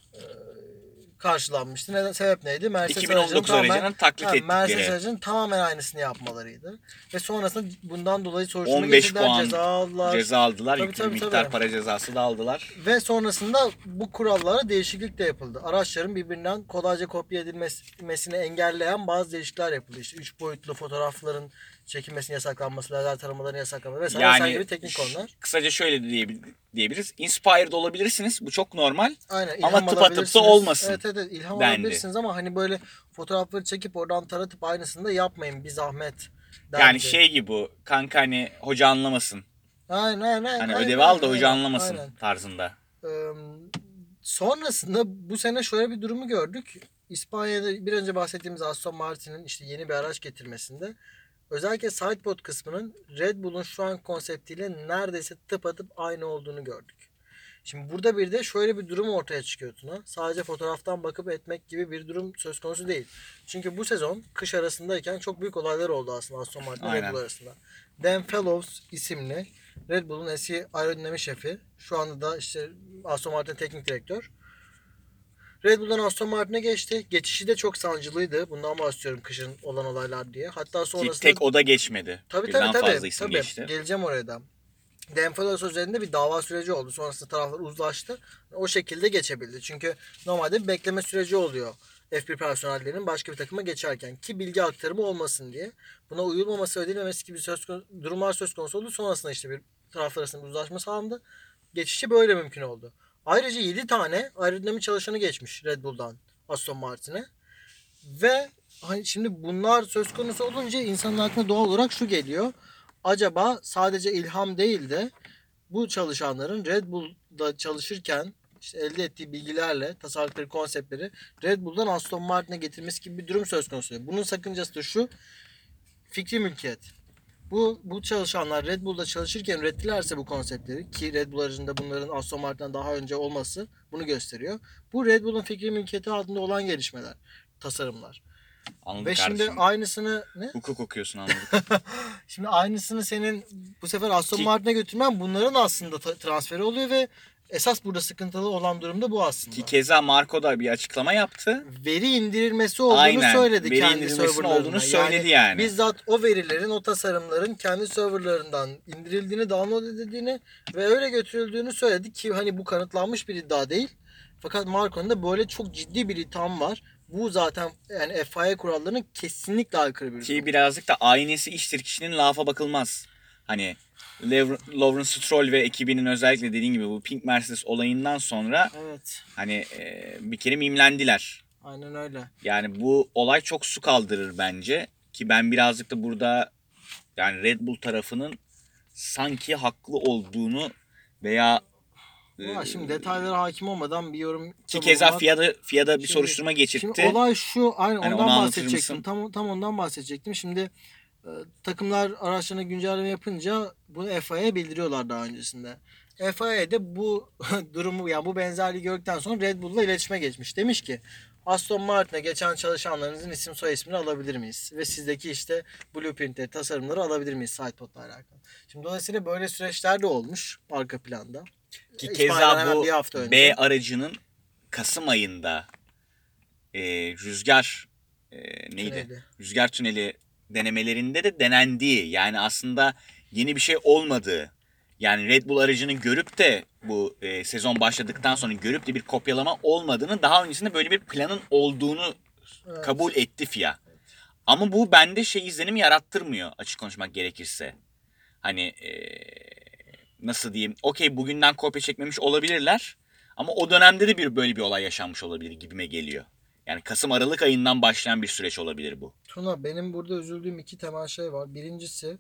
Speaker 2: karşılanmıştı. Sebep neydi? Mercedes
Speaker 1: 2019 aracının taklit ettikleri.
Speaker 2: Mercedes aracının tamamen aynısını yapmalarıydı. Ve sonrasında bundan dolayı soruşturma
Speaker 1: 15
Speaker 2: geçirdiler,
Speaker 1: puan
Speaker 2: ceza aldılar.
Speaker 1: Yüklü miktar para cezası da aldılar.
Speaker 2: Ve sonrasında bu kurallara değişiklik de yapıldı. Araçların birbirinden kolayca kopya edilmesini engelleyen bazı değişiklikler yapıldı. İşte 3 boyutlu fotoğrafların çekilmesinin yasaklanması, lazer taramaların yasaklanması vesaire gibi teknik konular.
Speaker 1: Kısaca şöyle diyebiliriz. Inspired olabilirsiniz. Bu çok normal.
Speaker 2: Aynen,
Speaker 1: ama tıpatıp da olmasın.
Speaker 2: Evet ilham
Speaker 1: dendi.
Speaker 2: alabilirsiniz ama hani böyle fotoğrafları çekip oradan taratıp aynısını da yapmayın, bir zahmet dendi.
Speaker 1: Yani şey gibi bu kanka, hani hoca anlamasın.
Speaker 2: Aynen.
Speaker 1: Hani ödevi al da hoca anlamasın tarzında.
Speaker 2: Sonrasında bu sene şöyle bir durumu gördük. İspanya'da bir önce bahsettiğimiz Aston Martin'in işte yeni bir araç getirmesinde özellikle sidepod kısmının Red Bull'un şu an konseptiyle neredeyse tıpatıp aynı olduğunu gördük. Şimdi burada bir de şöyle bir durum ortaya çıkıyor Tuna. Sadece fotoğraftan bakıp etmek gibi bir durum söz konusu değil. Çünkü bu sezon kış arasındayken çok büyük olaylar oldu aslında Aston Martin ve Red Bull arasında. Dan Fellows isimli Red Bull'un eski aerodinami şefi, şu anda da işte Aston Martin teknik direktör, Red Bull'dan Aston Martin'e geçti. Geçişi de çok sancılıydı. Bundan bahsediyorum, kışın olan olaylar diye. Hatta sonrasında...
Speaker 1: Ki tek o da geçmedi. Birden fazla isim geçti.
Speaker 2: Geleceğim oraya da. Dan Fellows üzerinde bir dava süreci oldu. Sonrasında taraflar uzlaştı. O şekilde geçebildi. Çünkü normalde bir bekleme süreci oluyor F1 personellerinin başka bir takıma geçerken, ki bilgi aktarımı olmasın diye. Buna uyulmaması, ödülmemesi gibi durumlar söz konusu oldu. Sonrasında işte bir taraflar arasında bir uzlaşma sağlandı. Geçişi böyle mümkün oldu. Ayrıca 7 tane aerodinamik çalışanı geçmiş Red Bull'dan Aston Martin'e. Ve hani şimdi bunlar söz konusu olunca insanın aklına doğal olarak şu geliyor. Acaba sadece ilham değil de bu çalışanların Red Bull'da çalışırken işte elde ettiği bilgilerle tasarladıkları konseptleri Red Bull'dan Aston Martin'e getirmesi gibi bir durum söz konusu. Bunun sakıncası da şu: fikri mülkiyet. Bu çalışanlar Red Bull'da çalışırken ürettilerse bu konseptleri, ki Red Bull aracında bunların Aston Martin'den daha önce olması bunu gösteriyor. Bu Red Bull'un fikri mülkiyeti altında olan gelişmeler. tasarımlar.
Speaker 1: Anladık
Speaker 2: Ve şimdi
Speaker 1: kardeşim.
Speaker 2: aynısını ne?
Speaker 1: Hukuk okuyorsun, anladık.
Speaker 2: Şimdi aynısını senin bu sefer Aston
Speaker 1: Ki-
Speaker 2: Martin'e götürmen bunların aslında transferi oluyor ve esas burada sıkıntılı olan durum da bu aslında.
Speaker 1: Ki keza Marco da bir açıklama yaptı.
Speaker 2: Veri indirilmesi olduğunu
Speaker 1: Aynen,
Speaker 2: söyledi
Speaker 1: veri
Speaker 2: kendi
Speaker 1: indirilmesinin
Speaker 2: serverlarına.
Speaker 1: olduğunu söyledi yani.
Speaker 2: Bizzat o verilerin, o tasarımların kendi serverlarından indirildiğini, download edildiğini ve öyle götürüldüğünü söyledi ki hani bu kanıtlanmış bir iddia değil. Fakat Marco'nun da böyle çok ciddi bir itham var. Bu zaten yani FIA kurallarına kesinlikle aykırı bir
Speaker 1: Ki
Speaker 2: durum.
Speaker 1: birazcık da aynesi iştir kişinin lafa bakılmaz. Hani Lawrence Stroll ve ekibinin özellikle dediğin gibi bu Pink Mercedes olayından sonra
Speaker 2: Evet.
Speaker 1: hani bir kere mimlendiler.
Speaker 2: Aynen öyle.
Speaker 1: Yani bu olay çok su kaldırır bence. Ki ben birazcık da burada yani Red Bull tarafının sanki haklı olduğunu veya
Speaker 2: Ama şimdi detaylara hakim olmadan bir yorum
Speaker 1: ki keza
Speaker 2: bulunmak-
Speaker 1: FIA'da bir
Speaker 2: Şimdi-
Speaker 1: soruşturma geçirtti.
Speaker 2: Şimdi olay şu, aynen
Speaker 1: Hani
Speaker 2: ondan
Speaker 1: onu anlatır
Speaker 2: bahsedecektim.
Speaker 1: mısın?
Speaker 2: Tam ondan bahsedecektim. Şimdi takımlar araçlarına güncelleme yapınca bunu FIA'ya bildiriyorlar daha öncesinde. FIA de bu durumu yani bu benzerliği gördükten sonra Red Bull'la iletişime geçmiş. Demiş ki Aston Martin'e geçen çalışanlarınızın isim soy ismini alabilir miyiz? Ve sizdeki işte blueprintleri, tasarımları alabilir miyiz Sidepod'la alakalı? Şimdi dolayısıyla böyle süreçler de olmuş arka planda.
Speaker 1: Ki
Speaker 2: İspanya'dan
Speaker 1: keza
Speaker 2: hemen
Speaker 1: bu
Speaker 2: bir hafta önce.
Speaker 1: B aracının Kasım ayında rüzgar neydi?
Speaker 2: Tüneli.
Speaker 1: Rüzgar tüneli denemelerinde de denendiği, yani aslında yeni bir şey olmadığı, yani Red Bull aracını görüp de bu sezon başladıktan sonra görüp de bir kopyalama olmadığını, daha öncesinde böyle bir planın olduğunu
Speaker 2: Evet.
Speaker 1: kabul etti FIA. Ama bu bende şey izlenimi yarattırmıyor açık konuşmak gerekirse. Hani nasıl diyeyim? Okey, bugünden kopya çekmemiş olabilirler. Ama o dönemde de böyle bir olay yaşanmış olabilir gibime geliyor. Yani Kasım-Aralık ayından başlayan bir süreç olabilir bu.
Speaker 2: Tuna, benim burada üzüldüğüm iki temel şey var. Birincisi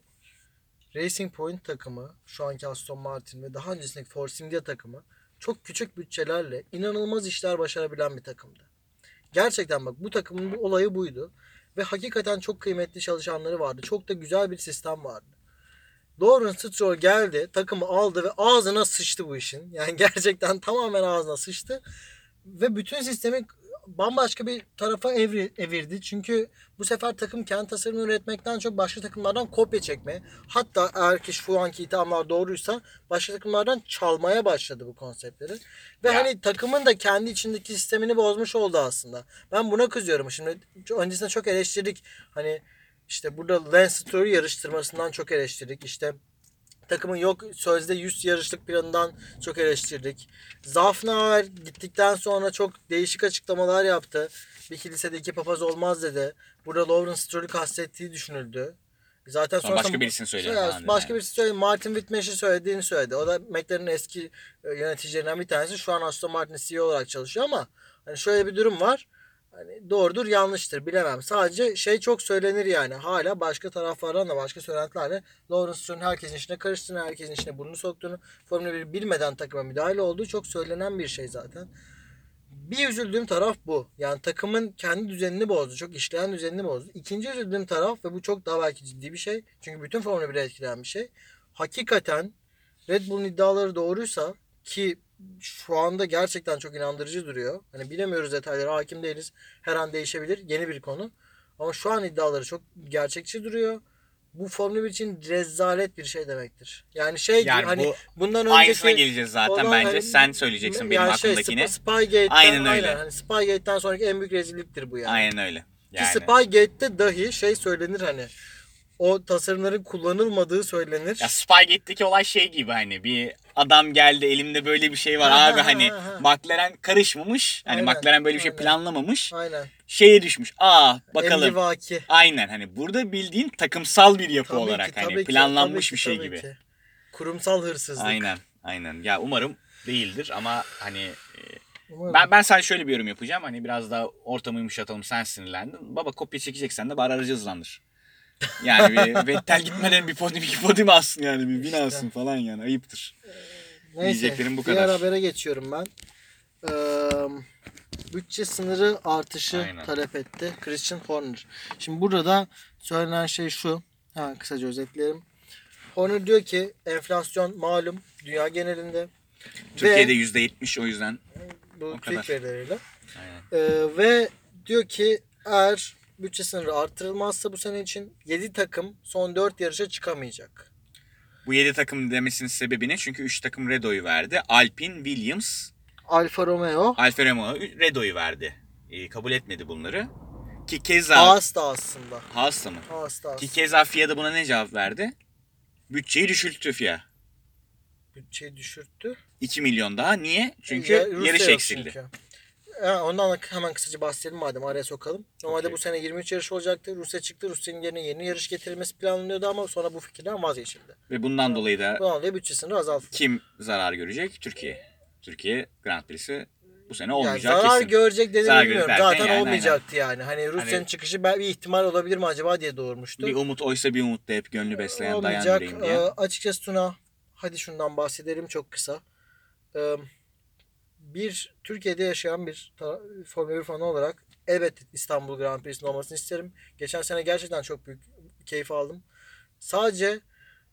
Speaker 2: Racing Point takımı, şu anki Aston Martin ve daha öncesindeki Force India takımı çok küçük bütçelerle inanılmaz işler başarabilen bir takımdı. Gerçekten bak, bu takımın bu olayı buydu. Ve hakikaten çok kıymetli çalışanları vardı. Çok da güzel bir sistem vardı. Lawrence Stroll geldi, takımı aldı ve ağzına sıçtı bu işin. Yani gerçekten tamamen ağzına sıçtı. Ve bütün sistemi bambaşka bir tarafa evirdi. Çünkü bu sefer takım kendi tasarımını üretmekten çok başka takımlardan kopya çekmeye, hatta eğer ki şu anki ithamlar doğruysa başka takımlardan çalmaya başladı bu konseptleri. Ve
Speaker 1: Ya.
Speaker 2: hani takımın da kendi içindeki sistemini bozmuş oldu aslında. Ben buna kızıyorum. Şimdi öncesinde çok eleştirdik. Hani işte burada Lance Stroll'ü yarıştırmasından çok eleştirdik. İşte takımın yok sözde 100 yarışlık planından çok eleştirdik. Zafnauer gittikten sonra çok değişik açıklamalar yaptı. Bir kilisede iki papaz olmaz dedi. Burada Lawrence Stroll'ü kastettiği düşünüldü. Zaten
Speaker 1: Sonra başka birisini söylüyor falan dedi
Speaker 2: başka
Speaker 1: yani.
Speaker 2: birisi söyledi. Martin Whitmash'i söylediğini söyledi. O da McLaren'in eski yöneticilerinden bir tanesi. Şu an Aston Martin CEO olarak çalışıyor ama hani şöyle bir durum var. Hani doğrudur yanlıştır bilemem. Sadece şey çok söylenir yani. Hala başka taraflardan da başka söylentilerle Lawrence Stroll'ün herkesin içine karıştığını, herkesin içine burnunu soktuğunu, Formula 1 bilmeden takıma müdahale olduğu çok söylenen bir şey zaten. Bir üzüldüğüm taraf bu. Yani takımın kendi düzenini bozdu. Çok işleyen düzenini bozdu. İkinci üzüldüğüm taraf ve bu çok daha belki ciddi bir şey. Çünkü bütün Formula 1'i etkileyen bir şey. Hakikaten Red Bull'un iddiaları doğruysa, ki şu anda gerçekten çok inandırıcı duruyor. Hani bilemiyoruz, detaylara hakim değiliz. Her an değişebilir. Yeni bir konu. Ama şu an iddiaları çok gerçekçi duruyor. Bu Formula 1 için rezalet bir şey demektir. Yani şey
Speaker 1: Yani
Speaker 2: gibi hani
Speaker 1: bu
Speaker 2: bundan önceki
Speaker 1: aynısına geleceğiz zaten
Speaker 2: olan
Speaker 1: bence.
Speaker 2: hani-
Speaker 1: Sen söyleyeceksin benim
Speaker 2: yani
Speaker 1: aklımdakini.
Speaker 2: Spygate'den
Speaker 1: Aynen öyle.
Speaker 2: Hani Spygate'den sonraki en büyük rezilliktir bu yani.
Speaker 1: Aynen öyle.
Speaker 2: Ki
Speaker 1: Yani.
Speaker 2: Spygate'de dahi şey söylenir, hani o tasarımların kullanılmadığı söylenir.
Speaker 1: Ya Spygate'deki olay şey gibi, hani bir adam geldi elimde böyle bir şey var abi, hani McLaren karışmamış. Hani
Speaker 2: Aynen,
Speaker 1: McLaren böyle bir şey
Speaker 2: aynen.
Speaker 1: planlamamış.
Speaker 2: Aynen.
Speaker 1: Şeye düşmüş. Bakalım.
Speaker 2: Emrivaki.
Speaker 1: Aynen, hani burada bildiğin takımsal bir yapı
Speaker 2: Tabii
Speaker 1: olarak
Speaker 2: ki,
Speaker 1: hani
Speaker 2: tabii ki,
Speaker 1: planlanmış
Speaker 2: tabii
Speaker 1: bir
Speaker 2: ki,
Speaker 1: şey
Speaker 2: tabii
Speaker 1: gibi.
Speaker 2: ki. Kurumsal hırsızlık.
Speaker 1: Aynen. Ya umarım değildir ama hani
Speaker 2: Umarım.
Speaker 1: ben sadece şöyle bir yorum yapacağım. Hani biraz daha ortamı yumuşatalım, sen sinirlendin. Baba, kopya çekeceksen de bari aracı hızlandır. Yani bir Vettel gitmeden bir podyum, iki podyum alsın yani, bir bin
Speaker 2: İşte.
Speaker 1: alsın falan, yani ayıptır.
Speaker 2: Neyse,
Speaker 1: Diyeceklerim bu
Speaker 2: diğer
Speaker 1: kadar.
Speaker 2: habere geçiyorum ben. Bütçe sınırı artışı
Speaker 1: Aynen.
Speaker 2: talep etti Christian Horner. Şimdi burada da söylenen şey şu. Hemen kısaca özetleyelim. Horner diyor ki enflasyon malum dünya genelinde.
Speaker 1: Türkiye'de %70, o yüzden
Speaker 2: Bu
Speaker 1: o
Speaker 2: TÜİK
Speaker 1: kadar.
Speaker 2: verileriyle.
Speaker 1: Aynen.
Speaker 2: Ve diyor ki Eğer bütçe sınırı artırılmazsa bu sene için 7 takım son 4 yarışa çıkamayacak.
Speaker 1: Bu 7 takım demesinin sebebi ne? Çünkü 3 takım Redo'yu verdi. Alpine, Williams,
Speaker 2: Alfa Romeo,
Speaker 1: Alfa Romeo Redo'yu verdi. Kabul etmedi bunları. Ki keza
Speaker 2: Haas da aslında.
Speaker 1: Haas'ta mı?
Speaker 2: Haas da
Speaker 1: Ki
Speaker 2: aslında.
Speaker 1: keza FIA da buna ne cevap verdi? Bütçeyi düşürttü FIA.
Speaker 2: Bütçeyi düşürttü.
Speaker 1: 2 milyon daha. Niye? Çünkü
Speaker 2: Rusya
Speaker 1: yarış
Speaker 2: yok
Speaker 1: eksildi.
Speaker 2: çünkü. Ondan hemen kısaca bahsedelim madem araya sokalım. Normalde
Speaker 1: Okey.
Speaker 2: bu sene 23 yarış olacaktı. Rusya çıktı. Rusya'nın yerine yeni yarış getirilmesi planlanıyordu ama sonra bu fikirden vazgeçildi.
Speaker 1: Ve bundan dolayı da
Speaker 2: Bundan dolayı bütçe sınırı azaltıldı.
Speaker 1: kim zarar görecek? Türkiye. Türkiye Grand Prix'si bu sene
Speaker 2: Yani
Speaker 1: olmayacak
Speaker 2: zarar
Speaker 1: kesin.
Speaker 2: görecek dediğini
Speaker 1: Zarar
Speaker 2: bilmiyorum.
Speaker 1: görecek derken
Speaker 2: Zaten
Speaker 1: yani,
Speaker 2: olmayacaktı yani. Hani Rusya'nın
Speaker 1: Hani-
Speaker 2: çıkışı bir ihtimal olabilir mi acaba diye doğurmuştu.
Speaker 1: Bir umut oysa bir umut da hep gönlü besleyen dayan
Speaker 2: Olmayacak.
Speaker 1: yüreğim diye.
Speaker 2: Açıkçası Tuna, hadi şundan bahsedelim çok kısa. Ee, bir Türkiye'de yaşayan bir Formula 1 fanı olarak elbette İstanbul Grand Prix'sinin olmasını isterim. Geçen sene gerçekten çok büyük keyif aldım. Sadece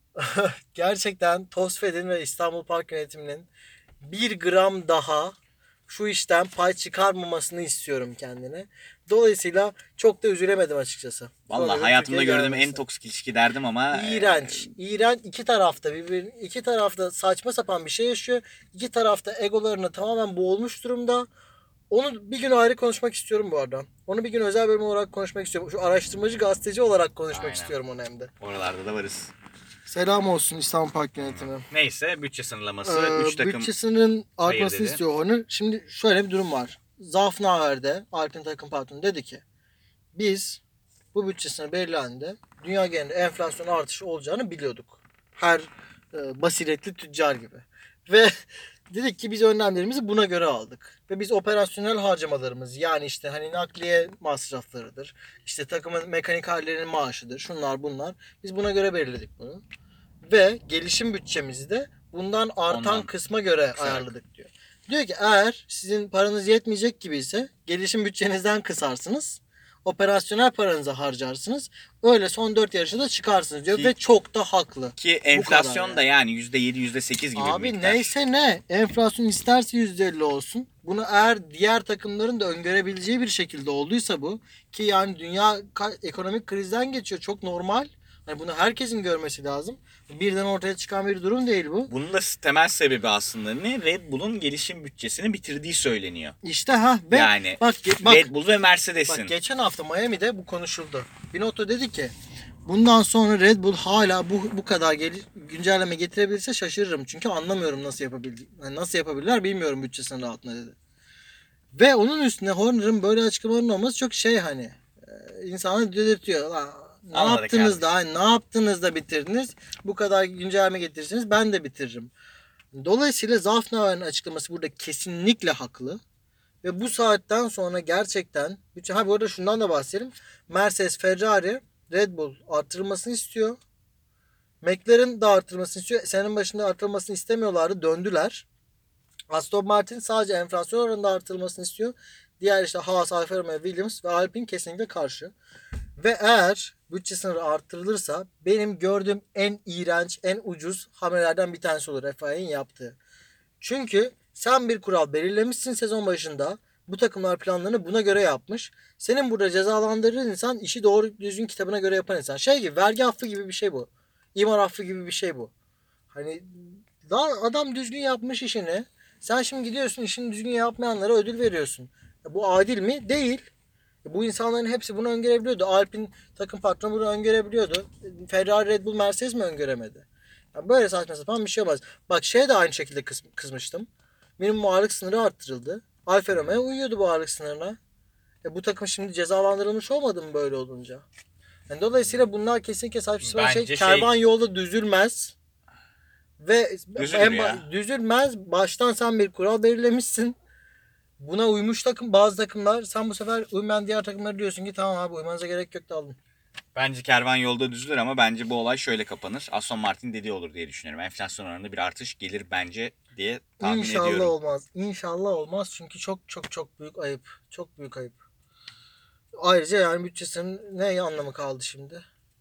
Speaker 2: gerçekten TOSFED'in ve İstanbul Park Yönetimi'nin bir gram daha şu işten pay çıkarmamasını istiyorum kendine. Dolayısıyla çok da üzülemedim açıkçası.
Speaker 1: Vallahi
Speaker 2: Formula 1
Speaker 1: hayatımda
Speaker 2: Türkiye'ye
Speaker 1: gördüğüm en
Speaker 2: gelmesi.
Speaker 1: toksik ilişki derdim ama
Speaker 2: İğrenç. İğrenç iki tarafta iki tarafta saçma sapan bir şey yaşıyor. İki tarafta egolarını tamamen boğulmuş durumda. Onu bir gün ayrı konuşmak istiyorum bu arada. Onu bir gün özel bölüm olarak konuşmak istiyorum. Şu araştırmacı gazeteci olarak konuşmak
Speaker 1: Aynen.
Speaker 2: istiyorum onu hem de.
Speaker 1: oralarda da varız.
Speaker 2: Selam olsun İstanbul Park Yönetimi.
Speaker 1: Neyse bütçe sınırlaması 3 takım
Speaker 2: Bütçesinin
Speaker 1: hayır
Speaker 2: artmasını
Speaker 1: dedi.
Speaker 2: istiyor onu. Şimdi şöyle bir durum var. Zafnaver'de Alpine takım patronu dedi ki biz bu bütçesine belirlendi. Dünya genelinde enflasyon artışı olacağını biliyorduk. Her basiretli tüccar gibi. Ve dedik ki biz önlemlerimizi buna göre aldık. Ve biz operasyonel harcamalarımız yani işte hani nakliye masraflarıdır. İşte takımın mekanik hallerinin maaşıdır. Şunlar bunlar. Biz buna göre belirledik bunu. Ve gelişim bütçemizi de bundan artan
Speaker 1: Ondan
Speaker 2: kısma göre
Speaker 1: kısarak.
Speaker 2: ayarladık diyor. Diyor ki eğer sizin paranız yetmeyecek gibi ise gelişim bütçenizden kısarsınız. Operasyonel paranızı harcarsınız. Öyle son 4 yarışa da çıkarsınız diyor.
Speaker 1: Ki-
Speaker 2: Ve çok da haklı.
Speaker 1: Ki
Speaker 2: kadar
Speaker 1: enflasyon
Speaker 2: yani.
Speaker 1: da yani %7 %8 gibi bir
Speaker 2: Abi
Speaker 1: miktar.
Speaker 2: neyse ne. Enflasyon isterse %50 olsun. Bunu eğer diğer takımların da öngörebileceği bir şekilde olduysa bu. Ki yani dünya ekonomik krizden geçiyor. Çok normal. Hani bunu herkesin görmesi lazım. Birden ortaya çıkan bir durum değil bu.
Speaker 1: Bunun da temel sebebi aslında ne? Red Bull'un gelişim bütçesini bitirdiği söyleniyor.
Speaker 2: İşte ha ve
Speaker 1: Yani
Speaker 2: bak
Speaker 1: Red Bull ve Mercedes'in.
Speaker 2: bak geçen hafta Miami'de bu konuşuldu. Binotto dedi ki bundan sonra Red Bull hala bu kadar güncelleme getirebilirse şaşırırım. Çünkü anlamıyorum nasıl nasıl yapabilirler bilmiyorum bütçesinin altında dedi. Ve onun üstüne Horner'ın böyle açıklamalarının olması çok şey hani insanı delirtiyor. Lan, ne
Speaker 1: Anladık
Speaker 2: yaptınız
Speaker 1: abi.
Speaker 2: da hani ne yaptınız da bitirdiniz? Bu kadar güncelleme getirirseniz ben de bitiririm. Dolayısıyla Zafnaver'in açıklaması burada kesinlikle haklı. Ve bu saatten sonra gerçekten bu arada şundan da bahsedelim. Mercedes, Ferrari, Red Bull artırılmasını istiyor. McLaren da artırılmasını istiyor. Senin başında artırılmasını istemiyorlardı. Döndüler. Aston Martin sadece enflasyon oranında artırılmasını istiyor. Diğer işte Haas, Alfa Romeo, Williams ve Alpine kesinlikle karşı. Ve eğer bütçe sınırı artırılırsa benim gördüğüm en iğrenç, en ucuz hamlelerden bir tanesi olur FIA'nin yaptığı. Çünkü sen bir kural belirlemişsin sezon başında. Bu takımlar planlarını buna göre yapmış. Senin burada cezalandırdığın insan işi doğru düzgün kitabına göre yapan insan. Şey gibi vergi affı gibi bir şey bu. İmar affı gibi bir şey bu. Hani daha adam düzgün yapmış işini. Sen şimdi gidiyorsun işini düzgün yapmayanlara ödül veriyorsun. Bu adil mi? Değil. Bu insanların hepsi bunu öngörebiliyordu. Alpine takım patronu bunu öngörebiliyordu. Ferrari, Red Bull, Mercedes mi öngöremedi? Yani böyle saçma sapan bir şey olmaz. Bak şeye de aynı şekilde kızmıştım. Minimum ağırlık sınırı arttırıldı. Alfa Romeo uyuyordu bu ağırlık sınırına. Bu takım şimdi cezalandırılmış olmadı mı böyle olunca? Yani dolayısıyla bunlar kesinlikle saçma sapan şey.
Speaker 1: Bence
Speaker 2: Kervan yolda düzülmez. Ve
Speaker 1: Düzülür ya.
Speaker 2: düzülmez. Baştan sen bir kural belirlemişsin. Buna uymuş bazı takımlar sen bu sefer uymayan diğer takımlara diyorsun ki tamam abi uymanıza gerek yok da alın.
Speaker 1: Bence kervan yolda düzülür ama bence bu olay şöyle kapanır. Aston Martin dediği olur diye düşünüyorum. Enflasyon oranında bir artış gelir bence diye tahmin
Speaker 2: İnşallah
Speaker 1: ediyorum.
Speaker 2: olmaz. İnşallah olmaz çünkü çok çok çok büyük ayıp. Çok büyük ayıp. Ayrıca yani bütçesinin ne anlamı kaldı şimdi?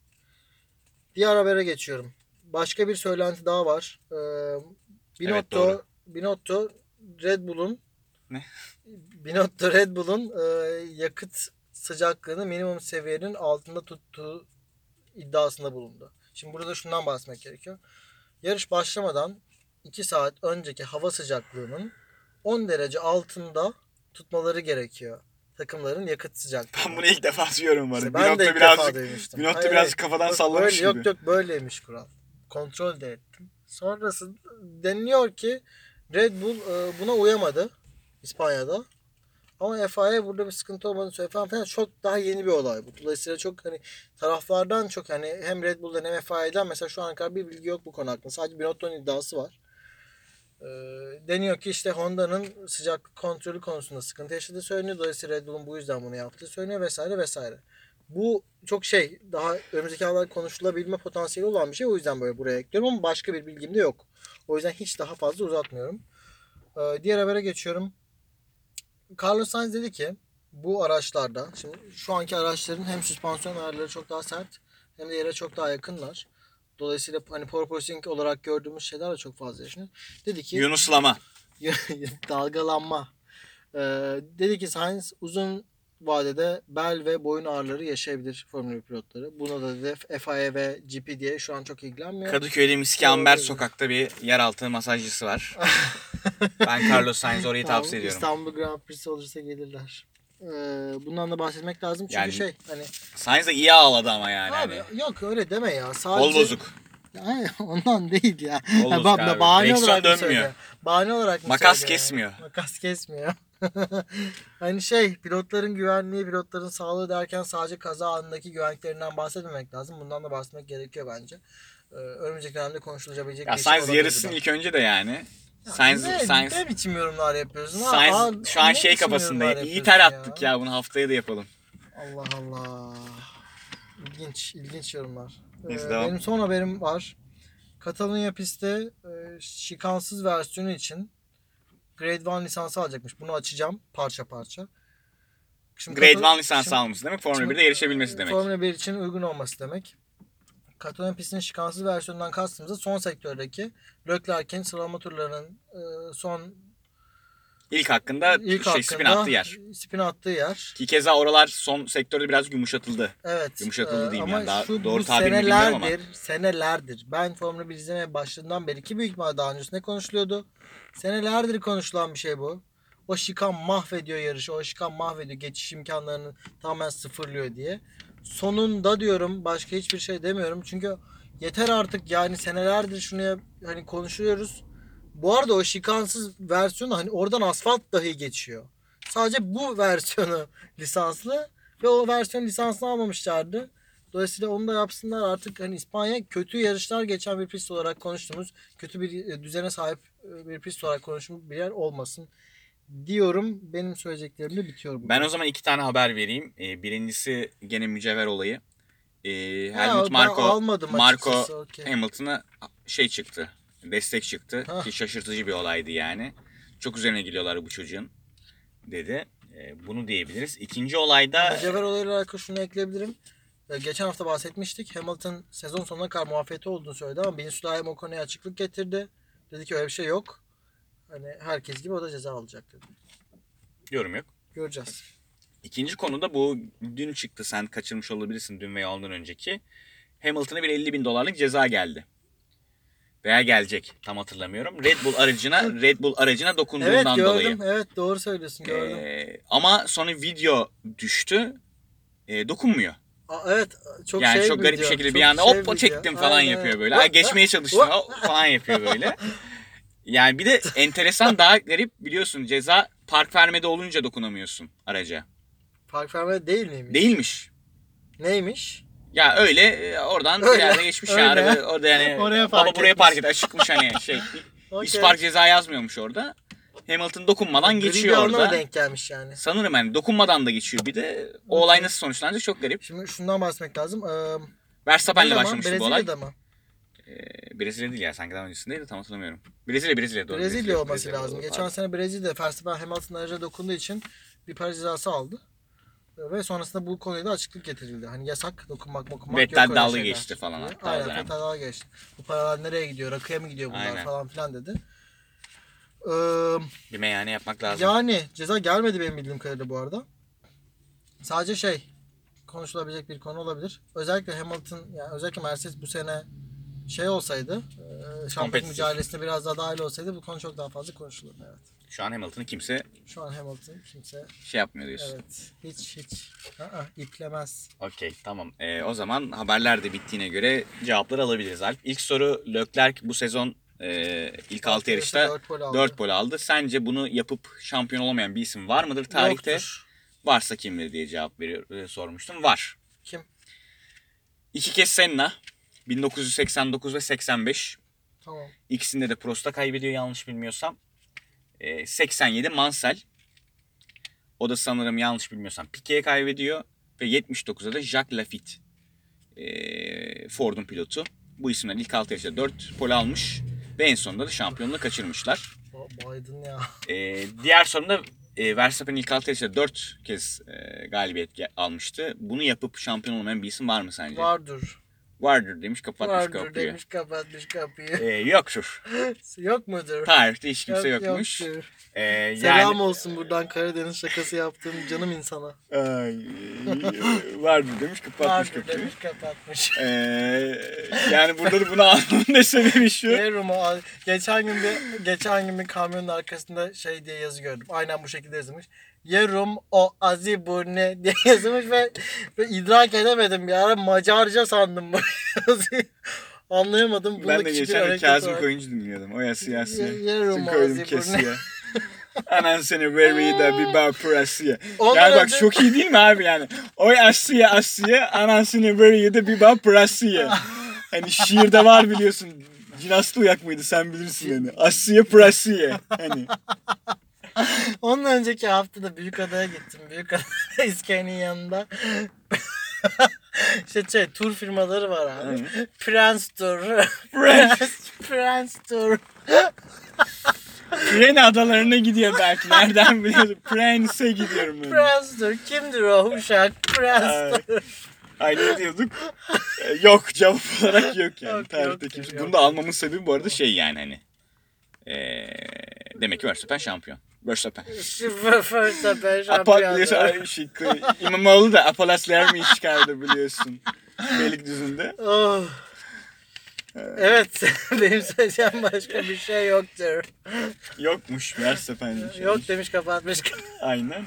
Speaker 2: Diğer habere geçiyorum. Başka bir söylenti daha var. Binotto,
Speaker 1: doğru.
Speaker 2: Binotto Red Bull'un
Speaker 1: Ne?
Speaker 2: Binotto Red Bull'un yakıt sıcaklığını minimum seviyenin altında tuttuğu iddiasında bulundu. Şimdi burada şundan bahsetmek gerekiyor. Yarış başlamadan 2 saat önceki hava sıcaklığının 10 derece altında tutmaları gerekiyor. Takımların yakıt sıcaklığı.
Speaker 1: Ben bunu ilk defa duyuyorum var.
Speaker 2: İşte
Speaker 1: Bir
Speaker 2: ben de
Speaker 1: nokta
Speaker 2: ilk
Speaker 1: birazcık,
Speaker 2: defa duymuştum.
Speaker 1: bir nokta
Speaker 2: Hayır,
Speaker 1: birazcık
Speaker 2: hayır.
Speaker 1: kafadan
Speaker 2: Yok,
Speaker 1: sallamış
Speaker 2: böyle,
Speaker 1: gibi.
Speaker 2: yok böyleymiş kural. Kontrol de ettim. Sonrası deniliyor ki Red Bull buna uyamadı İspanya'da. Ama FIA burada bir sıkıntı olmadığını söylüyor falan filan. Çok daha yeni bir olay bu. Dolayısıyla çok hani taraflardan çok hani hem Red Bull'dan hem FIA'dan mesela şu ana kadar bir bilgi yok bu konu hakkında. Sadece Binotto'nun iddiası var. Deniyor ki işte Honda'nın sıcaklık kontrolü konusunda sıkıntı yaşadığı söyleniyor. Dolayısıyla Red Bull'un bu yüzden bunu yaptığı söyleniyor vesaire vesaire. Bu çok daha önümüzdeki haftalarda konuşulabilme potansiyeli olan bir şey. O yüzden böyle buraya ekliyorum ama başka bir bilgim de yok. O yüzden hiç daha fazla uzatmıyorum. Diğer habere geçiyorum. Carlos Sainz dedi ki bu araçlarda şimdi şu anki araçların hem süspansiyon ayarları çok daha sert hem de yere çok daha yakınlar. Dolayısıyla hani porpoising olarak gördüğümüz şeyler de çok fazla yaşanıyor. Dedi ki
Speaker 1: Yunuslama.
Speaker 2: dalgalanma. Dedi ki Sainz uzun vadede bel ve boyun ağrıları yaşayabilir Formula 1 pilotları. Buna da dedi FIA ve GP diye şu an çok ilgilenmiyor.
Speaker 1: Kadıköy'de Miski Amber sokakta bir yeraltı masajcısı var. Ben Carlos Sainz orayı
Speaker 2: Tamam,
Speaker 1: tavsiye ediyorum.
Speaker 2: İstanbul Grand Prix'si olursa gelirler. Bundan da bahsetmek lazım çünkü
Speaker 1: Yani
Speaker 2: hani
Speaker 1: Sainz de iyi ağladı ama yani.
Speaker 2: abi
Speaker 1: Hani.
Speaker 2: yok öyle deme ya. Sadece
Speaker 1: Kol bozuk.
Speaker 2: Hayır, ondan değil ya.
Speaker 1: Kol
Speaker 2: Ha,
Speaker 1: bozuk abi.
Speaker 2: bahane
Speaker 1: Direksiyon
Speaker 2: olarak mı
Speaker 1: dönmüyor.
Speaker 2: söylüyor? Bahane olarak mı
Speaker 1: Makas
Speaker 2: söylüyor?
Speaker 1: kesmiyor.
Speaker 2: Makas kesmiyor. Hani pilotların güvenliği, pilotların sağlığı derken sadece kaza anındaki güvenliklerinden bahsetmemek lazım. Bundan da bahsetmek gerekiyor bence. Önümüzdeki dönemde konuşulabilecek
Speaker 1: Ya
Speaker 2: bir şey
Speaker 1: Sainz
Speaker 2: olabilir
Speaker 1: yarışsın
Speaker 2: bu da.
Speaker 1: ilk önce de yani.
Speaker 2: Ya
Speaker 1: Sainz
Speaker 2: ne biçim yorumlar yapıyorsun?
Speaker 1: Sainz şu an
Speaker 2: ne biçim
Speaker 1: kafasında.
Speaker 2: yorumlar
Speaker 1: İyi
Speaker 2: yapıyorsun
Speaker 1: ter attık ya bunu haftaya da yapalım.
Speaker 2: Allah Allah. İlginç yorumlar.
Speaker 1: Neyse, devam.
Speaker 2: Benim son haberim var. Katalunya pistte şikansız versiyonu için Grade 1 lisansı alacakmış. Bunu açacağım parça parça. Şimdi
Speaker 1: Grade 1 lisansı alması demek Formula 1'de yarışabilmesi demek.
Speaker 2: Formula 1 için uygun olması demek. Katalunya pistinin şikansız versiyonundan kastımızda son sektördeki Leclerc'in sıralama turlarının son
Speaker 1: İlk hakkında spin attığı yer.
Speaker 2: Spin attığı yer.
Speaker 1: Ki keza oralar son sektörde biraz yumuşatıldı.
Speaker 2: Evet.
Speaker 1: Yumuşatıldı diyeyim
Speaker 2: ama
Speaker 1: yani. Daha
Speaker 2: şu,
Speaker 1: doğru
Speaker 2: bu
Speaker 1: tabirini bilmiyorum ama.
Speaker 2: senelerdir. Ben Formula 1 izlemeye başladığımdan beri ki büyük ihtimalle daha öncesinde konuşuluyordu. Senelerdir konuşulan bir şey bu. O şikan mahvediyor yarışı. O şikan mahvediyor. Geçiş imkanlarını tamamen sıfırlıyor diye. Sonunda diyorum. Başka hiçbir şey demiyorum. Çünkü yeter artık yani senelerdir şunu hani konuşuyoruz. Bu arada o şikansız versiyonu hani oradan asfalt dahi geçiyor. Sadece bu versiyonu lisanslı ve o versiyon lisansını almamışlardı. Dolayısıyla onu da yapsınlar artık hani İspanya kötü yarışlar geçen bir pist olarak konuştuğumuz, kötü bir düzene sahip bir pist olarak konuştuğumuz bir yer olmasın diyorum. Benim söyleyeceklerim de bitiyor burada.
Speaker 1: Ben o zaman iki tane haber vereyim. Birincisi gene mücevher olayı. Helmut Marko
Speaker 2: okay.
Speaker 1: Hamilton'a çıktı. Destek çıktı. Ki şaşırtıcı bir olaydı yani. Çok üzerine gidiyorlar bu çocuğun dedi. Bunu diyebiliriz. İkinci olayda...
Speaker 2: Mücevher olayıyla alakalı şunu ekleyebilirim. Geçen hafta bahsetmiştik. Hamilton sezon sonuna kadar muafiyeti olduğunu söyledi ama Bin Sulaim o konuya açıklık getirdi. Dedi ki öyle bir şey yok. Hani herkes gibi o da ceza alacak dedi.
Speaker 1: Yorum yok.
Speaker 2: Göreceğiz.
Speaker 1: İkinci konu da bu dün çıktı. Sen kaçırmış olabilirsin dün veya ondan önceki. Hamilton'a bir $50.000 ceza geldi. Veya gelecek. Tam hatırlamıyorum. Red Bull aracına dokunduğundan dolayı.
Speaker 2: Evet gördüm. Evet doğru söylüyorsun. Gördüm.
Speaker 1: Ama sonra video düştü. Dokunmuyor.
Speaker 2: Evet çok
Speaker 1: yani çok garip bir şekilde bir anda hop çektim falan yapıyor böyle. Geçmeye çalıştım hop falan yapıyor böyle. Yani bir de enteresan daha garip biliyorsun ceza park vermede olunca dokunamıyorsun araca.
Speaker 2: Park vermede değil miymiş?
Speaker 1: Değilmiş.
Speaker 2: Neymiş?
Speaker 1: Ya öyle oradan bir yerde geçmiş yani orada yani baba buraya park et açıkmış hani okay. İspark ceza yazmıyormuş orada. Hamilton dokunmadan geçiyor orada.
Speaker 2: Gri bir denk gelmiş yani.
Speaker 1: Sanırım yani dokunmadan da geçiyor bir de o olay nasıl sonuçlanacak çok garip.
Speaker 2: Şimdi şundan bahsetmek lazım.
Speaker 1: Verstappen'le başlamıştı bu olay.
Speaker 2: Brezilya'da mı?
Speaker 1: Brezilya değil ya sanki daha öncesindeydi tam hatırlamıyorum. Brezilya doğru.
Speaker 2: Brezilya olması lazım. Geçen sene Brezilya'da Verstappen Hamilton'ın aracına dokunduğu için bir para cezası aldı. Ve sonrasında bu konuya da açıklık getirildi. Hani yasak dokunmak
Speaker 1: Vettel dalga geçti falan hatta.
Speaker 2: Aynen Vettel dalga geçti. Bu paralar nereye gidiyor? Rakıya mı gidiyor bunlar falan filan dedi.
Speaker 1: Bir meyhane yapmak lazım.
Speaker 2: Yani ceza gelmedi benim bildiğim kadarıyla bu arada. Sadece konuşulabilecek bir konu olabilir. Özellikle Hamilton, yani özellikle Mercedes bu sene olsaydı, şampiyonluk
Speaker 1: Kompetitif.
Speaker 2: mücadelesine biraz daha dahil olsaydı bu konu çok daha fazla konuşulurdu. Evet.
Speaker 1: Şu an Hamilton'ı kimse
Speaker 2: Şu an Hamilton kimse
Speaker 1: şey yapmıyor diyorsun.
Speaker 2: evet hiç iplemez.
Speaker 1: Okey, tamam. O zaman haberler de bittiğine göre cevapları alabiliriz Alp. İlk soru, Leclerc bu sezon ilk 6 yarışta 4 pole aldı. Sence bunu yapıp şampiyon olamayan bir isim var mıdır tarihte?
Speaker 2: Yoktur.
Speaker 1: Varsa kimdir diye cevap sormuştum. Var.
Speaker 2: Kim?
Speaker 1: 2 kez Senna. 1989 ve 85.
Speaker 2: Tamam.
Speaker 1: İkisinde de Prost'a kaybediyor yanlış bilmiyorsam. 87 Mansell. O da sanırım yanlış bilmiyorsam Piquet'e kaybediyor. Ve 79'da da Jacques Lafitte. Ford'un pilotu. Bu isimler ilk 6 yarışta 4 pole almış. Ve en sonunda da şampiyonluğu kaçırmışlar.
Speaker 2: Biden ya.
Speaker 1: Diğer sorumda Verstappen ilk 6 yarışta 4 kez galibiyet almıştı. Bunu yapıp şampiyon olmayan bir isim var mı sence?
Speaker 2: Vardır.
Speaker 1: Vardır demiş, kapatmış
Speaker 2: Vardır
Speaker 1: kapıyı.
Speaker 2: demiş, kapatmış kapıyı.
Speaker 1: Yoktur.
Speaker 2: Yok mudur?
Speaker 1: Tarihte hiç kimse yokmuş.
Speaker 2: Yoktur.
Speaker 1: Yani...
Speaker 2: Selam olsun buradan Karadeniz şakası yaptığım canım insana.
Speaker 1: Vardır demiş, kapatmış
Speaker 2: Vardır
Speaker 1: kapıyı.
Speaker 2: demiş, kapatmış.
Speaker 1: Yani burada da bunu anlamın ne sebebi şu.
Speaker 2: Yerumu geçen gün bir kamyonun arkasında diye yazı gördüm. Aynen bu şekilde yazılmış. Yerum o aziburne diye yazılmış ve idrak edemedim bir ara Macarca sandım bu yazıyı. Anlayamadım. Bunu
Speaker 1: Ben de
Speaker 2: küçük bir
Speaker 1: geçen
Speaker 2: hareket
Speaker 1: Kazım
Speaker 2: olarak-
Speaker 1: Koyuncu dinliyordum. O yasıya.
Speaker 2: Yerum
Speaker 1: Şimdi koydum
Speaker 2: ağzı
Speaker 1: kesiye. Anan seni veriyi de bir bak pırasıya.
Speaker 2: Ondan
Speaker 1: Yani bak
Speaker 2: önce-
Speaker 1: çok iyi değil mi abi yani? Oy asıya anan seni veriyi de bir bak pırasıya. Hani şiirde var biliyorsun. Cinaslı uyak mıydı sen bilirsin hani. Asıya pırasıya. Hani.
Speaker 2: Ondan önceki hafta da Büyükada'ya gittim. Büyükada İskelenin yanında. Tur firmaları var abi. Prens Tur. Prens Tur.
Speaker 1: Pren adalarına gidiyor belki. Nereden biliyorsun? Prens'e gidiyorum ben.
Speaker 2: Prens Tur. Kimdir o uşak? Prens Tur.
Speaker 1: Ay ne diyorduk? Yok, cevap olarak yok yani.
Speaker 2: Yok,
Speaker 1: Tarihte
Speaker 2: yoktur,
Speaker 1: kimse.
Speaker 2: yok.
Speaker 1: Bunu da almamın sebebi bu arada yani hani. Demek ki Verstappen şampiyon. Verstappen.
Speaker 2: Verstappen
Speaker 1: Apa biliyorsun
Speaker 2: şampiyonu.
Speaker 1: İmamoğlu da Apalaslar mı çıkardı biliyorsun. Beylikdüzü'nde.
Speaker 2: Oh. Evet. Benim söyleyeceğim başka bir şey yoktur.
Speaker 1: Yokmuş Verstappen.
Speaker 2: Yok demiş, kapatmış.
Speaker 1: Aynen.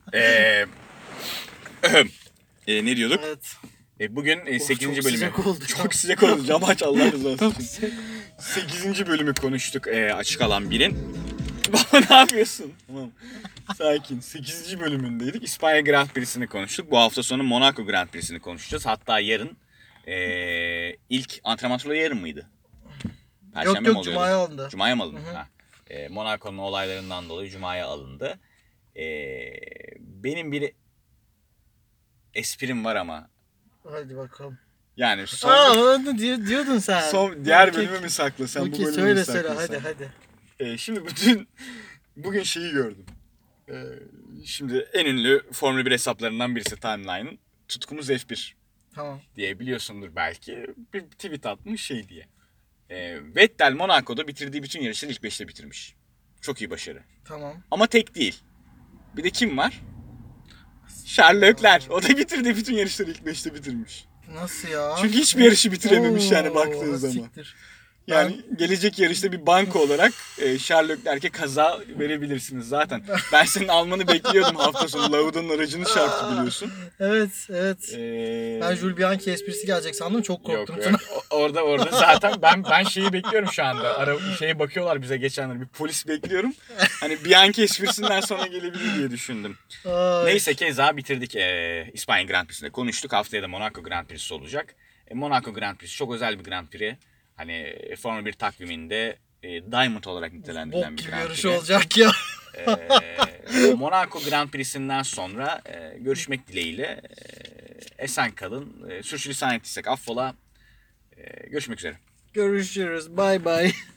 Speaker 1: Ne diyorduk?
Speaker 2: Evet.
Speaker 1: Bugün 8.
Speaker 2: çok
Speaker 1: bölümü.
Speaker 2: sıcak oldu.
Speaker 1: Çok sıcak oldu. Cam aç Allah razı olsun. 8. bölümü konuştuk açık alan birin. Baba ne yapıyorsun? Tamam. Sakin. 8. bölümündeydik. İspanya Grand Prix'sini konuştuk. Bu hafta sonu Monaco Grand Prix'sini konuşacağız. Hatta yarın ilk antrenman turları yarın mıydı? Perşembe mi
Speaker 2: Yok
Speaker 1: oluyordu?
Speaker 2: Cuma'ya alındı.
Speaker 1: Cuma'ya mı alındı? Ha. Monaco'nun olaylarından dolayı Cuma'ya alındı. Benim bir esprim var ama.
Speaker 2: Hadi bakalım.
Speaker 1: Yani
Speaker 2: Onu diyordun sen.
Speaker 1: diğer
Speaker 2: Okey.
Speaker 1: bölümü mü sakla? Sen bu
Speaker 2: Okey,
Speaker 1: bölümü mü
Speaker 2: söyle
Speaker 1: sakla?
Speaker 2: hadi.
Speaker 1: Şimdi bugün şeyi gördüm. Şimdi en ünlü Formula 1 hesaplarından birisi Timeline'ın tutkumuz F1
Speaker 2: Tamam.
Speaker 1: diye biliyorsundur belki. Bir tweet atmış diye. Vettel Monaco'da bitirdiği bütün yarışları ilk 5'te bitirmiş. Çok iyi başarı.
Speaker 2: Tamam.
Speaker 1: Ama tek değil. Bir de kim var? Charles Leclerc. O da bitirdiği bütün yarışları ilk 5'te bitirmiş.
Speaker 2: Nasıl ya?
Speaker 1: Çünkü hiçbir yarışı bitirememiş yani baktığın
Speaker 2: Oo,
Speaker 1: zaman.
Speaker 2: siktir.
Speaker 1: Yani gelecek yarışta bir banko olarak Charles Leclerc'e kaza verebilirsiniz zaten. Ben senin almanı bekliyordum hafta sonu. Lauda'nın aracını çarptı biliyorsun.
Speaker 2: Evet. Ben
Speaker 1: Ben
Speaker 2: Jules Bianchi esprisi gelecek sandım, çok korktum.
Speaker 1: Yok. Orada zaten ben şeyi bekliyorum şu anda. Şeye bakıyorlar bize geçenler. Bir polis bekliyorum. Hani Bianchi esprisinden sonra gelebilir diye düşündüm.
Speaker 2: Ay.
Speaker 1: Neyse keza bitirdik. İspanya Grand Prix'sinde konuştuk. Haftaya da Monaco Grand Prix'si olacak. Monaco Grand Prix'si çok özel bir Grand Prix. Hani Formula 1 takviminde Diamond olarak nitelendirilen
Speaker 2: Bok
Speaker 1: bir
Speaker 2: gibi
Speaker 1: Grand
Speaker 2: yarış
Speaker 1: Prix.
Speaker 2: olacak ya.
Speaker 1: Monaco Grand Prix'sinden sonra görüşmek dileğiyle esen kalın. Sürçülisan ettiysek affola. Görüşmek üzere.
Speaker 2: Görüşürüz. Bye bye.